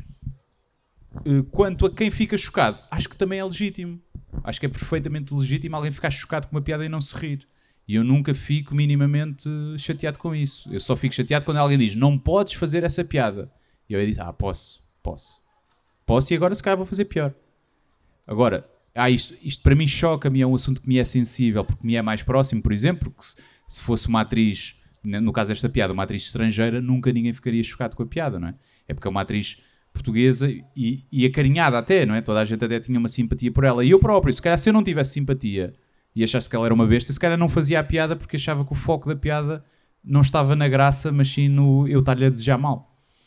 E: Quanto a quem fica chocado, acho que também é legítimo. Acho que é perfeitamente legítimo alguém ficar chocado com uma piada e não se rir. E eu nunca fico minimamente chateado com isso. Eu só fico chateado quando alguém diz, não podes fazer essa piada. E eu digo, posso. Posso e agora se calhar vou fazer pior. Agora, isto para mim choca-me, é um assunto que me é sensível, porque me é mais próximo, por exemplo, que se fosse uma atriz, no caso desta piada, uma atriz estrangeira, nunca ninguém ficaria chocado com a piada, não é? É porque é uma atriz portuguesa e acarinhada até, não é? Toda a gente até tinha uma simpatia por ela. E eu próprio, se calhar se eu não tivesse simpatia e achasse que ela era uma besta, se calhar não fazia a piada porque achava que o foco da piada não estava na graça, mas sim no eu estar-lhe a desejar mal.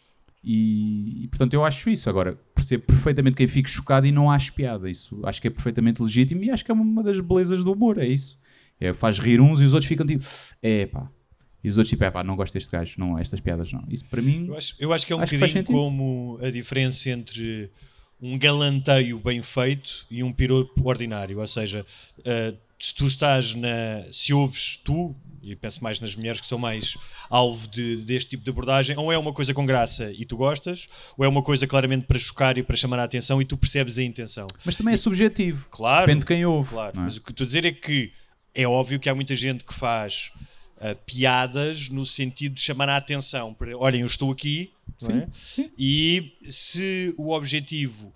E: E portanto eu acho isso. Agora, percebo perfeitamente quem fica chocado e não acho piada. Isso acho que é perfeitamente legítimo e acho que é uma das belezas do humor, é isso. Faz rir uns e os outros ficam tipo, pá. E os outros tipo, pá, não gosto deste gajo, não, estas piadas não. Isso para mim...
D: Eu acho que é um bocadinho como a diferença entre um galanteio bem feito e um piropo ordinário. Ou seja, se tu estás se ouves tu, e penso mais nas mulheres que são mais alvo deste tipo de abordagem, ou é uma coisa com graça e tu gostas, ou é uma coisa claramente para chocar e para chamar a atenção e tu percebes a intenção.
E: Mas também é subjetivo.
D: Claro.
E: Depende de quem ouve.
D: Claro.
E: Não é?
D: Mas o que estou a dizer é que é óbvio que há muita gente que faz piadas no sentido de chamar a atenção. Olhem, eu estou aqui, não é?
E: Sim.
D: E se o objetivo...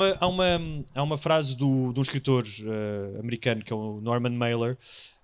D: Há uma frase de um escritor americano, que é o Norman Mailer,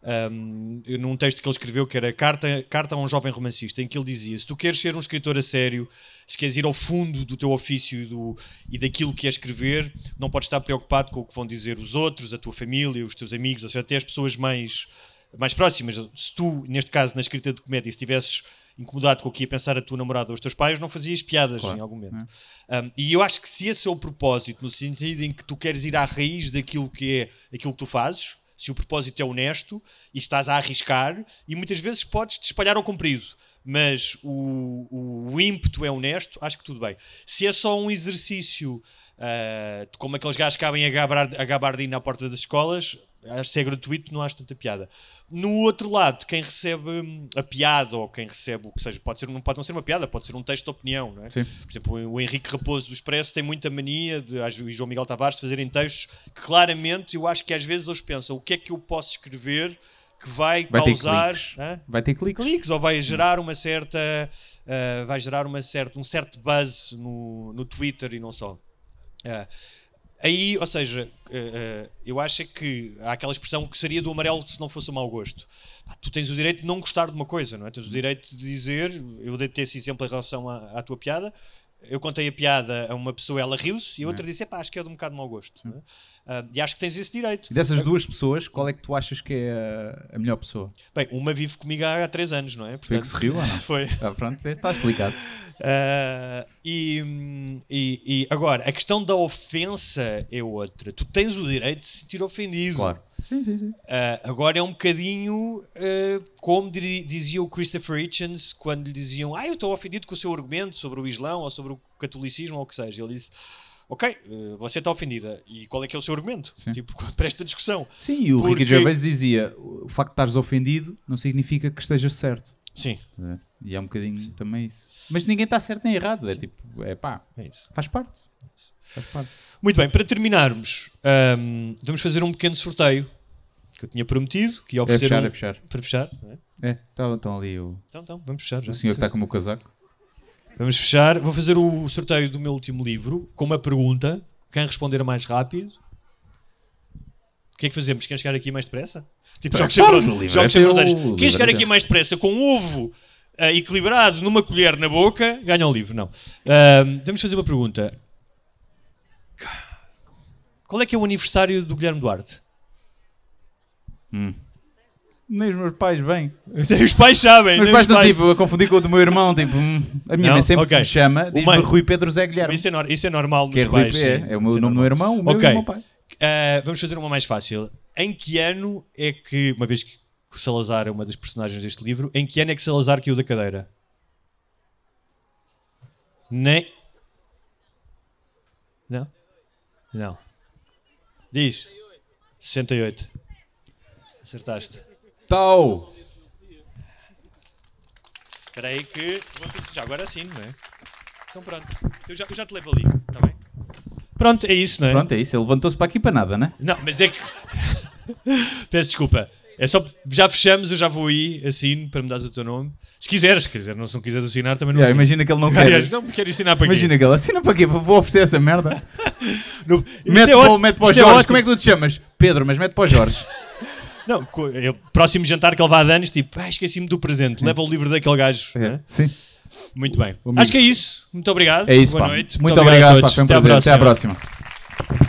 D: num texto que ele escreveu, que era Carta a um jovem romancista, em que ele dizia: se tu queres ser um escritor a sério, se queres ir ao fundo do teu ofício e daquilo que é escrever, não podes estar preocupado com o que vão dizer os outros, a tua família, os teus amigos, ou seja, até as pessoas mais próximas. Se tu, neste caso, na escrita de comédia, estivesses incomodado com o que ia pensar a tua namorada ou os teus pais, não fazias piadas, claro, em algum momento. E eu acho que se esse é o propósito, no sentido em que tu queres ir à raiz daquilo que é aquilo que tu fazes, se o propósito é honesto e estás a arriscar, e muitas vezes podes te espalhar ao comprido, mas o ímpeto é honesto, acho que tudo bem. Se é só um exercício, como aqueles gajos que cabem a gabardina à porta das escolas, acho que é gratuito, não acho tanta piada. No outro lado, quem recebe a piada, ou quem recebe o que seja, não pode não ser uma piada, pode ser um texto de opinião, não é?
E: Sim.
D: Por exemplo, o Henrique Raposo do Expresso tem muita mania e João Miguel Tavares fazerem textos que claramente eu acho que às vezes eles pensam: o que é que eu posso escrever que vai causar...
E: Vai ter cliques.
D: Ou vai gerar uma certa... um certo buzz no Twitter e não só. Aí, ou seja, eu acho que há aquela expressão que seria do amarelo se não fosse o mau gosto. Tu tens o direito de não gostar de uma coisa, não é? Tens o direito de dizer... Eu dei-te esse exemplo em relação à tua piada. Eu contei a piada a uma pessoa, ela riu-se, e a outra disse: acho que é de um bocado de mau gosto. Não é? E acho que tens esse direito.
E: E dessas duas pessoas, qual é que tu achas que é a melhor pessoa?
D: Bem, uma vive comigo há 3 anos, não é?
E: Portanto, foi que se riu ou não?
D: Foi.
E: Pronto, está explicado.
D: E agora, a questão da ofensa é outra. Tu tens o direito de se sentir ofendido.
E: Claro. Sim.
D: Agora é um bocadinho como dizia o Christopher Hitchens quando lhe diziam: eu estou ofendido com o seu argumento sobre o Islão ou sobre o catolicismo ou o que seja. Ele disse: ok, você está ofendida. E qual é que é o seu argumento?
E: Sim.
D: Tipo, para esta discussão.
E: Sim, e o Ricky Gervais dizia: o facto de estares ofendido não significa que estejas certo.
D: Sim.
E: E é um bocadinho também isso. Mas ninguém está certo nem errado. É tipo,
D: é isso.
E: Faz parte.
D: Muito bem, para terminarmos, vamos fazer um pequeno sorteio que eu tinha prometido, que ia oferecer
E: fechar.
D: Para fechar, não é?
E: Estão ali
D: Então, vamos fechar já.
E: O senhor que está com o meu casaco.
D: Vamos fechar. Vou fazer o sorteio do meu último livro com uma pergunta. Quem responder mais rápido. O que é que fazemos? Quem chegar aqui mais depressa? Tipo, jogos sem fronteiras. Quem chegar aqui mais depressa com um ovo equilibrado numa colher na boca, ganha o livro. Não. Vamos fazer uma pergunta. Qual é que é o aniversário do Guilherme Duarte?
E: Nem os meus pais vêm.
D: Os pais sabem.
E: Meus pais estão tipo a confundir com o do meu irmão. Tipo, a minha mãe sempre me chama, diz-me Rui Pedro Zé Guilherme.
D: Isso é normal
E: que
D: nos pais.
E: É o meu nome do meu irmão, o meu e o meu pai.
D: Vamos fazer uma mais fácil. Em que ano é que, uma vez que o Salazar é uma das personagens deste livro, em que ano é que Salazar caiu da cadeira? Nem... Não. Diz. 68. Acertaste.
E: Tal.
D: Espera aí que... Já agora sim, não é? Então pronto. Eu já te levo ali, está bem? Pronto, é isso, não é?
E: Pronto, é isso. Ele levantou-se para aqui para nada, não é?
D: Não, mas é que... Peço desculpa. É só, já fechamos, eu já vou aí, assino, para me dares o teu nome. Se quiseres, não, se não quiseres assinar, também não assino.
E: Imagina que ele não quer.
D: Não me quer ensinar para quê?
E: Imagina que ele assina para quê? Vou oferecer essa merda.
D: Mete
E: para o Jorge. Como é que tu te chamas? Pedro, mas mete para o Jorge.
D: Não, próximo jantar que ele vai a anos, tipo, esqueci-me do presente, leva o livro daquele gajo. Né?
E: Sim.
D: Muito bem. Acho que é isso. Muito obrigado.
E: É isso,
D: Boa
E: pá.
D: noite.
E: Muito obrigado,
D: a todos.
E: Foi um prazer. Até à próxima.